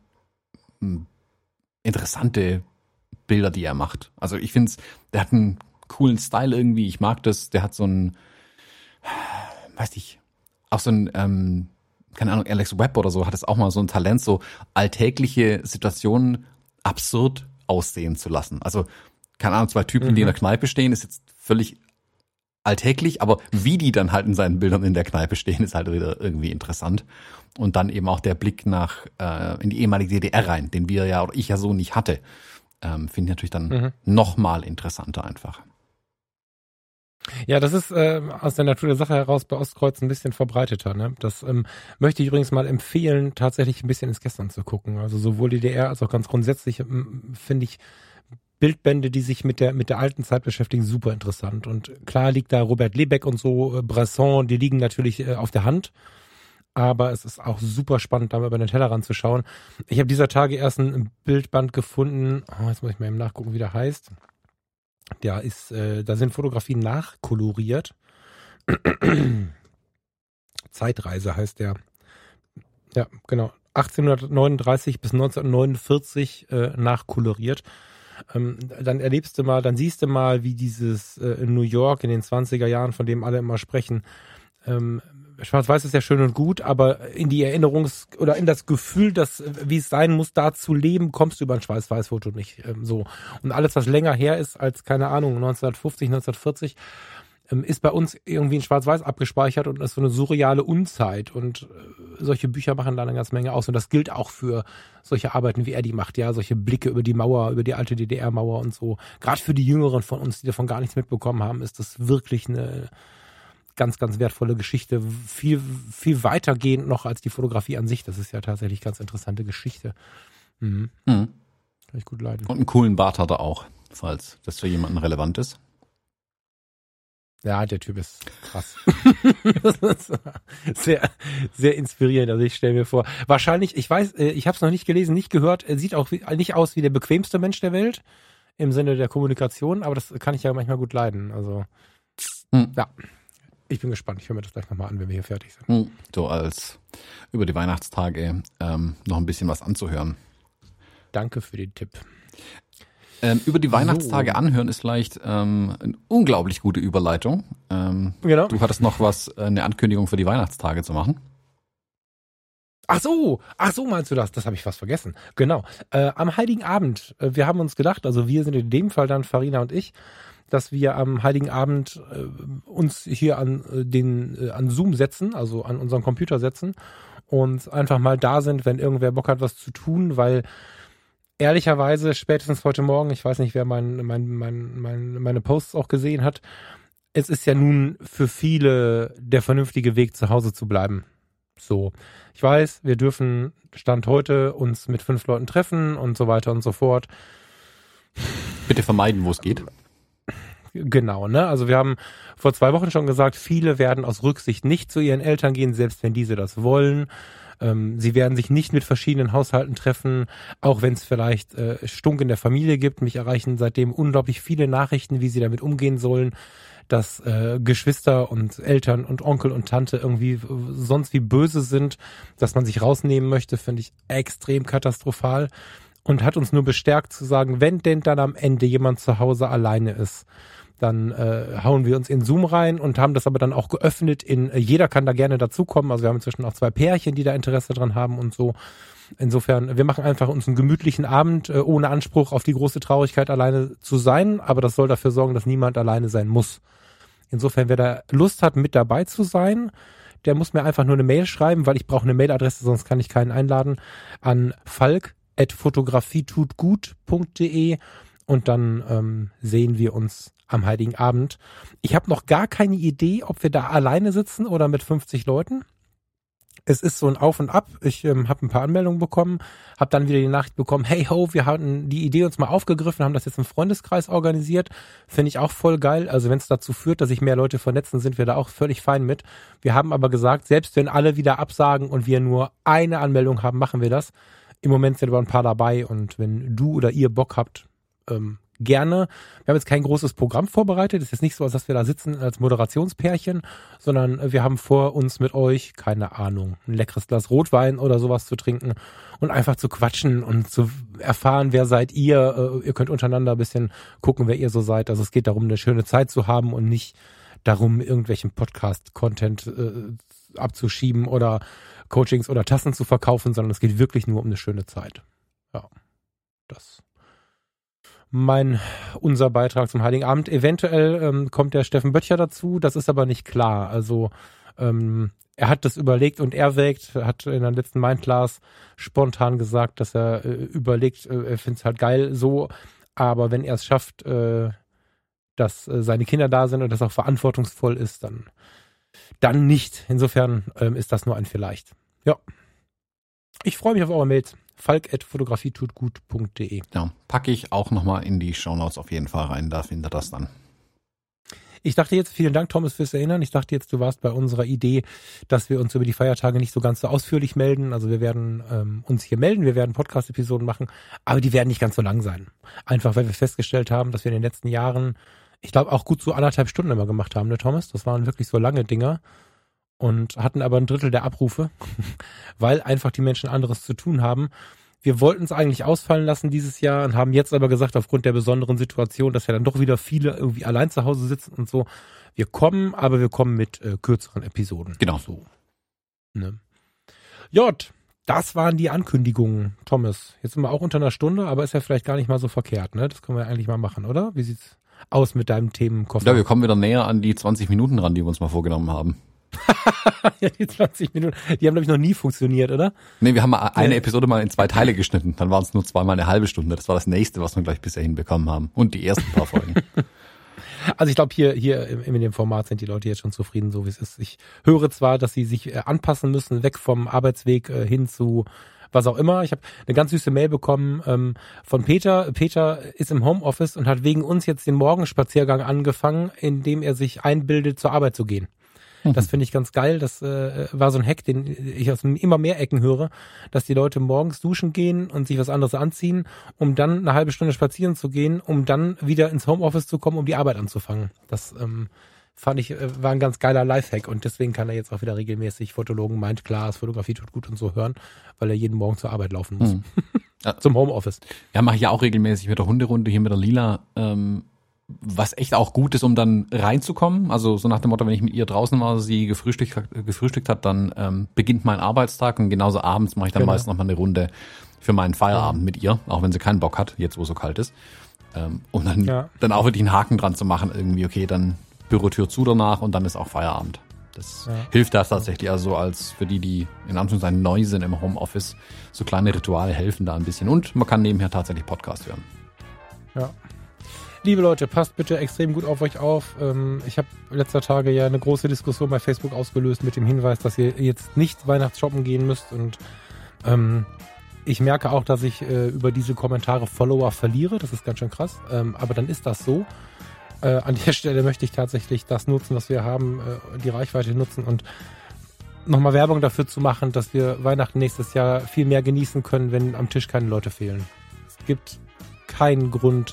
interessante Bilder, die er macht. Also ich finde es, der hat einen coolen Style irgendwie. Ich mag das. Der hat so einen, weiß ich, auch so ein, ähm, keine Ahnung, Alex Webb oder so hat es auch mal so ein Talent, so alltägliche Situationen absurd aussehen zu lassen. Also, keine Ahnung, zwei Typen, Mhm. die in der Kneipe stehen, ist jetzt völlig alltäglich, aber wie die dann halt in seinen Bildern in der Kneipe stehen, ist halt wieder irgendwie interessant. Und dann eben auch der Blick nach äh, in die ehemalige D D R rein, den wir ja oder ich ja so nicht hatte, ähm, finde ich natürlich dann Mhm. noch mal interessanter einfach. Ja, das ist äh, aus der Natur der Sache heraus bei Ostkreuz ein bisschen verbreiteter. Ne? Das ähm, möchte ich übrigens mal empfehlen, tatsächlich ein bisschen ins Gestern zu gucken. Also sowohl D D R als auch ganz grundsätzlich ähm, finde ich Bildbände, die sich mit der mit der alten Zeit beschäftigen, super interessant. Und klar liegt da Robert Lebeck und so, äh, Bresson, die liegen natürlich äh, auf der Hand. Aber es ist auch super spannend, da mal über den Tellerrand zu schauen. Ich habe dieser Tage erst ein Bildband gefunden. Oh, jetzt muss ich mal eben nachgucken, wie der heißt. Der ist, äh, da sind Fotografien nachkoloriert. Zeitreise heißt der. Ja, genau. achtzehnhundertneununddreißig bis neunzehnhundertneunundvierzig äh, nachkoloriert. Ähm, dann erlebst du mal, dann siehst du mal, wie dieses äh, in New York in den zwanziger Jahren, von dem alle immer sprechen, ähm, Schwarz-Weiß ist ja schön und gut, aber in die Erinnerungs- oder in das Gefühl, dass, wie es sein muss, da zu leben, kommst du über ein Schwarz-Weiß-Foto nicht ähm, so. Und alles, was länger her ist als, keine Ahnung, neunzehnhundertfünfzig, neunzehnhundertvierzig, ähm, ist bei uns irgendwie in Schwarz-Weiß abgespeichert und ist so eine surreale Unzeit. Und äh, solche Bücher machen da eine ganze Menge aus. Und das gilt auch für solche Arbeiten, wie er die macht, ja, solche Blicke über die Mauer, über die alte D D R-Mauer und so. Gerade für die Jüngeren von uns, die davon gar nichts mitbekommen haben, ist das wirklich eine ganz, ganz wertvolle Geschichte, viel, viel weitergehend noch als die Fotografie an sich. Das ist ja tatsächlich ganz interessante Geschichte. Mhm. Mhm. Kann ich gut leiden. Und einen coolen Bart hat er auch, falls das für jemanden relevant ist. Ja, der Typ ist krass. Das ist sehr, sehr inspirierend. Also ich stelle mir vor, wahrscheinlich, ich weiß, ich habe es noch nicht gelesen, nicht gehört, er sieht auch nicht aus wie der bequemste Mensch der Welt im Sinne der Kommunikation, aber das kann ich ja manchmal gut leiden. Also Mhm. ja. Ich bin gespannt. Ich höre mir das gleich nochmal an, wenn wir hier fertig sind. So als über die Weihnachtstage ähm, noch ein bisschen was anzuhören. Danke für den Tipp. Ähm, über die Weihnachtstage So. anhören ist vielleicht ähm, eine unglaublich gute Überleitung. Ähm, Genau. Du hattest noch was, äh, eine Ankündigung für die Weihnachtstage zu machen. Ach so, ach so meinst du das? Das habe ich fast vergessen. Genau. Äh, am Heiligen Abend, äh, wir haben uns gedacht, also wir sind in dem Fall dann Farina und ich, dass wir am Heiligen Abend äh, uns hier an äh, den äh, an Zoom setzen, also an unseren Computer setzen und einfach mal da sind, wenn irgendwer Bock hat, was zu tun, weil ehrlicherweise spätestens heute Morgen, ich weiß nicht, wer mein, mein, mein, mein, meine Posts auch gesehen hat, es ist ja nun für viele der vernünftige Weg, zu Hause zu bleiben. So, ich weiß, wir dürfen Stand heute uns mit fünf Leuten treffen und so weiter und so fort. Bitte vermeiden, wo es geht. Genau, ne? Also wir haben vor zwei Wochen schon gesagt, viele werden aus Rücksicht nicht zu ihren Eltern gehen, selbst wenn diese das wollen. Ähm, sie werden sich nicht mit verschiedenen Haushalten treffen, auch wenn es vielleicht äh, Stunk in der Familie gibt. Mich erreichen seitdem unglaublich viele Nachrichten, wie sie damit umgehen sollen, dass äh, Geschwister und Eltern und Onkel und Tante irgendwie sonst wie böse sind, dass man sich rausnehmen möchte, finde ich extrem katastrophal. Und hat uns nur bestärkt zu sagen, wenn denn dann am Ende jemand zu Hause alleine ist, dann äh, hauen wir uns in Zoom rein und haben das aber dann auch geöffnet in, äh, jeder kann da gerne dazukommen, also wir haben inzwischen auch zwei Pärchen, die da Interesse dran haben und so. Insofern, wir machen einfach uns einen gemütlichen Abend, äh, ohne Anspruch auf die große Traurigkeit alleine zu sein, aber das soll dafür sorgen, dass niemand alleine sein muss. Insofern, wer da Lust hat, mit dabei zu sein, der muss mir einfach nur eine Mail schreiben, weil ich brauche eine Mailadresse, sonst kann ich keinen einladen, an falk at fotografietutgut punkt de und dann ähm, sehen wir uns am Heiligen Abend. Ich habe noch gar keine Idee, ob wir da alleine sitzen oder mit fünfzig Leuten. Es ist so ein Auf und Ab. Ich ähm, habe ein paar Anmeldungen bekommen, habe dann wieder die Nachricht bekommen, hey ho, wir hatten die Idee uns mal aufgegriffen, haben das jetzt im Freundeskreis organisiert. Finde ich auch voll geil. Also wenn es dazu führt, dass sich mehr Leute vernetzen, sind wir da auch völlig fein mit. Wir haben aber gesagt, selbst wenn alle wieder absagen und wir nur eine Anmeldung haben, machen wir das. Im Moment sind aber ein paar dabei und wenn du oder ihr Bock habt, ähm, gerne. Wir haben jetzt kein großes Programm vorbereitet. Es ist nicht so, als dass wir da sitzen als Moderationspärchen, sondern wir haben vor, uns mit euch, keine Ahnung, ein leckeres Glas Rotwein oder sowas zu trinken und einfach zu quatschen und zu erfahren, wer seid ihr. Ihr könnt untereinander ein bisschen gucken, wer ihr so seid. Also es geht darum, eine schöne Zeit zu haben und nicht darum, irgendwelchen Podcast-Content äh, abzuschieben oder Coachings oder Tassen zu verkaufen, sondern es geht wirklich nur um eine schöne Zeit. Ja. das mein, unser Beitrag zum Heiligen Abend. Eventuell ähm, kommt der Steffen Böttcher dazu, das ist aber nicht klar. Also ähm, er hat das überlegt und erwägt, hat in der letzten Mindclass spontan gesagt, dass er äh, überlegt, äh, er findet es halt geil so, aber wenn er es schafft, äh, dass äh, seine Kinder da sind und das auch verantwortungsvoll ist, dann, dann nicht. Insofern ähm, ist das nur ein Vielleicht. Ja. Ich freue mich auf eure Mails. falk at fotografietutgut punkt de. Ja, packe ich auch nochmal in die Shownotes auf jeden Fall rein, da findet ihr das dann. Ich dachte jetzt, vielen Dank, Thomas, fürs Erinnern. Ich dachte jetzt, du warst bei unserer Idee, dass wir uns über die Feiertage nicht so ganz so ausführlich melden. Also wir werden ähm, uns hier melden, wir werden Podcast-Episoden machen, aber die werden nicht ganz so lang sein. Einfach, weil wir festgestellt haben, dass wir in den letzten Jahren, ich glaube, auch gut so anderthalb Stunden immer gemacht haben, ne, Thomas? Das waren wirklich so lange Dinger. Und hatten aber ein Drittel der Abrufe, weil einfach die Menschen anderes zu tun haben. Wir wollten es eigentlich ausfallen lassen dieses Jahr und haben jetzt aber gesagt, aufgrund der besonderen Situation, dass ja dann doch wieder viele irgendwie allein zu Hause sitzen und so, wir kommen, aber wir kommen mit äh, kürzeren Episoden. Genau. So. Ne? Jod, das waren die Ankündigungen, Thomas. Jetzt sind wir auch unter einer Stunde, aber ist ja vielleicht gar nicht mal so verkehrt, ne? Das können wir eigentlich mal machen, oder? Wie sieht's aus mit deinem Themenkoffer? Ja, wir kommen wieder näher an die zwanzig Minuten ran, die wir uns mal vorgenommen haben. Ja, die zwanzig Minuten, die haben, glaube ich, noch nie funktioniert, oder? Nee, wir haben mal eine Episode mal in zwei Teile geschnitten. Dann waren es nur zweimal eine halbe Stunde. Das war das nächste, was wir gleich bisher hinbekommen haben. Und die ersten paar Folgen. Also ich glaube, hier hier in, in dem Format sind die Leute jetzt schon zufrieden, so wie es ist. Ich höre zwar, dass sie sich äh, anpassen müssen, weg vom Arbeitsweg äh, hin zu was auch immer. Ich habe eine ganz süße Mail bekommen ähm, von Peter. Peter ist im Homeoffice und hat wegen uns jetzt den Morgenspaziergang angefangen, indem er sich einbildet, zur Arbeit zu gehen. Das finde ich ganz geil. Das äh, war so ein Hack, den ich aus immer mehr Ecken höre, dass die Leute morgens duschen gehen und sich was anderes anziehen, um dann eine halbe Stunde spazieren zu gehen, um dann wieder ins Homeoffice zu kommen, um die Arbeit anzufangen. Das ähm, fand ich, äh, war ein ganz geiler Lifehack und deswegen kann er jetzt auch wieder regelmäßig Fotologen, Mindclass, Fotografie tut gut und so hören, weil er jeden Morgen zur Arbeit laufen muss. Mhm. Zum Homeoffice. Ja, mache ich ja auch regelmäßig mit der Hunderunde hier mit der Lila, ähm was echt auch gut ist, um dann reinzukommen. Also so nach dem Motto, wenn ich mit ihr draußen war, sie gefrühstückt, gefrühstückt hat, dann ähm, beginnt mein Arbeitstag und genauso abends mache ich dann genau. meist noch mal eine Runde für meinen Feierabend ja. mit ihr, auch wenn sie keinen Bock hat, jetzt wo es so kalt ist. Ähm, um dann, ja. dann auch wirklich einen Haken dran zu machen, irgendwie, okay, dann Bürotür zu danach und dann ist auch Feierabend. Das ja. hilft das tatsächlich, also als für die, die in Anführungszeichen neu sind im Homeoffice, so kleine Rituale helfen da ein bisschen und man kann nebenher tatsächlich Podcast hören. Ja. Liebe Leute, passt bitte extrem gut auf euch auf. Ich habe letzter Tage ja eine große Diskussion bei Facebook ausgelöst mit dem Hinweis, dass ihr jetzt nicht Weihnachtsshoppen gehen müsst. Und ähm, ich merke auch, dass ich äh, über diese Kommentare Follower verliere. Das ist ganz schön krass. Ähm, aber dann ist das so. Äh, an der Stelle möchte ich tatsächlich das nutzen, was wir haben, äh, die Reichweite nutzen und nochmal Werbung dafür zu machen, dass wir Weihnachten nächstes Jahr viel mehr genießen können, wenn am Tisch keine Leute fehlen. Es gibt keinen Grund,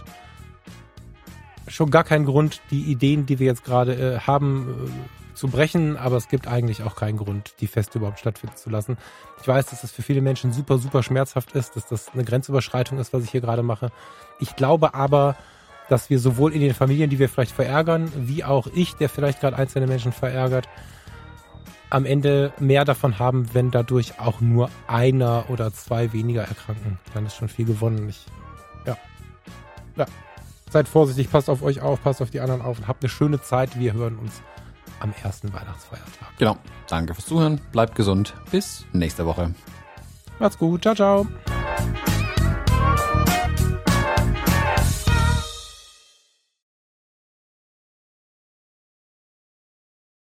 schon gar keinen Grund, die Ideen, die wir jetzt gerade äh, haben, äh, zu brechen, aber es gibt eigentlich auch keinen Grund, die Feste überhaupt stattfinden zu lassen. Ich weiß, dass das für viele Menschen super, super schmerzhaft ist, dass das eine Grenzüberschreitung ist, was ich hier gerade mache. Ich glaube aber, dass wir sowohl in den Familien, die wir vielleicht verärgern, wie auch ich, der vielleicht gerade einzelne Menschen verärgert, am Ende mehr davon haben, wenn dadurch auch nur einer oder zwei weniger erkranken. Dann ist schon viel gewonnen. Ich, ja. Ja. Seid vorsichtig, passt auf euch auf, passt auf die anderen auf und habt eine schöne Zeit. Wir hören uns am ersten Weihnachtsfeiertag. Genau. Danke fürs Zuhören. Bleibt gesund. Bis nächste Woche. Macht's gut. Ciao, ciao.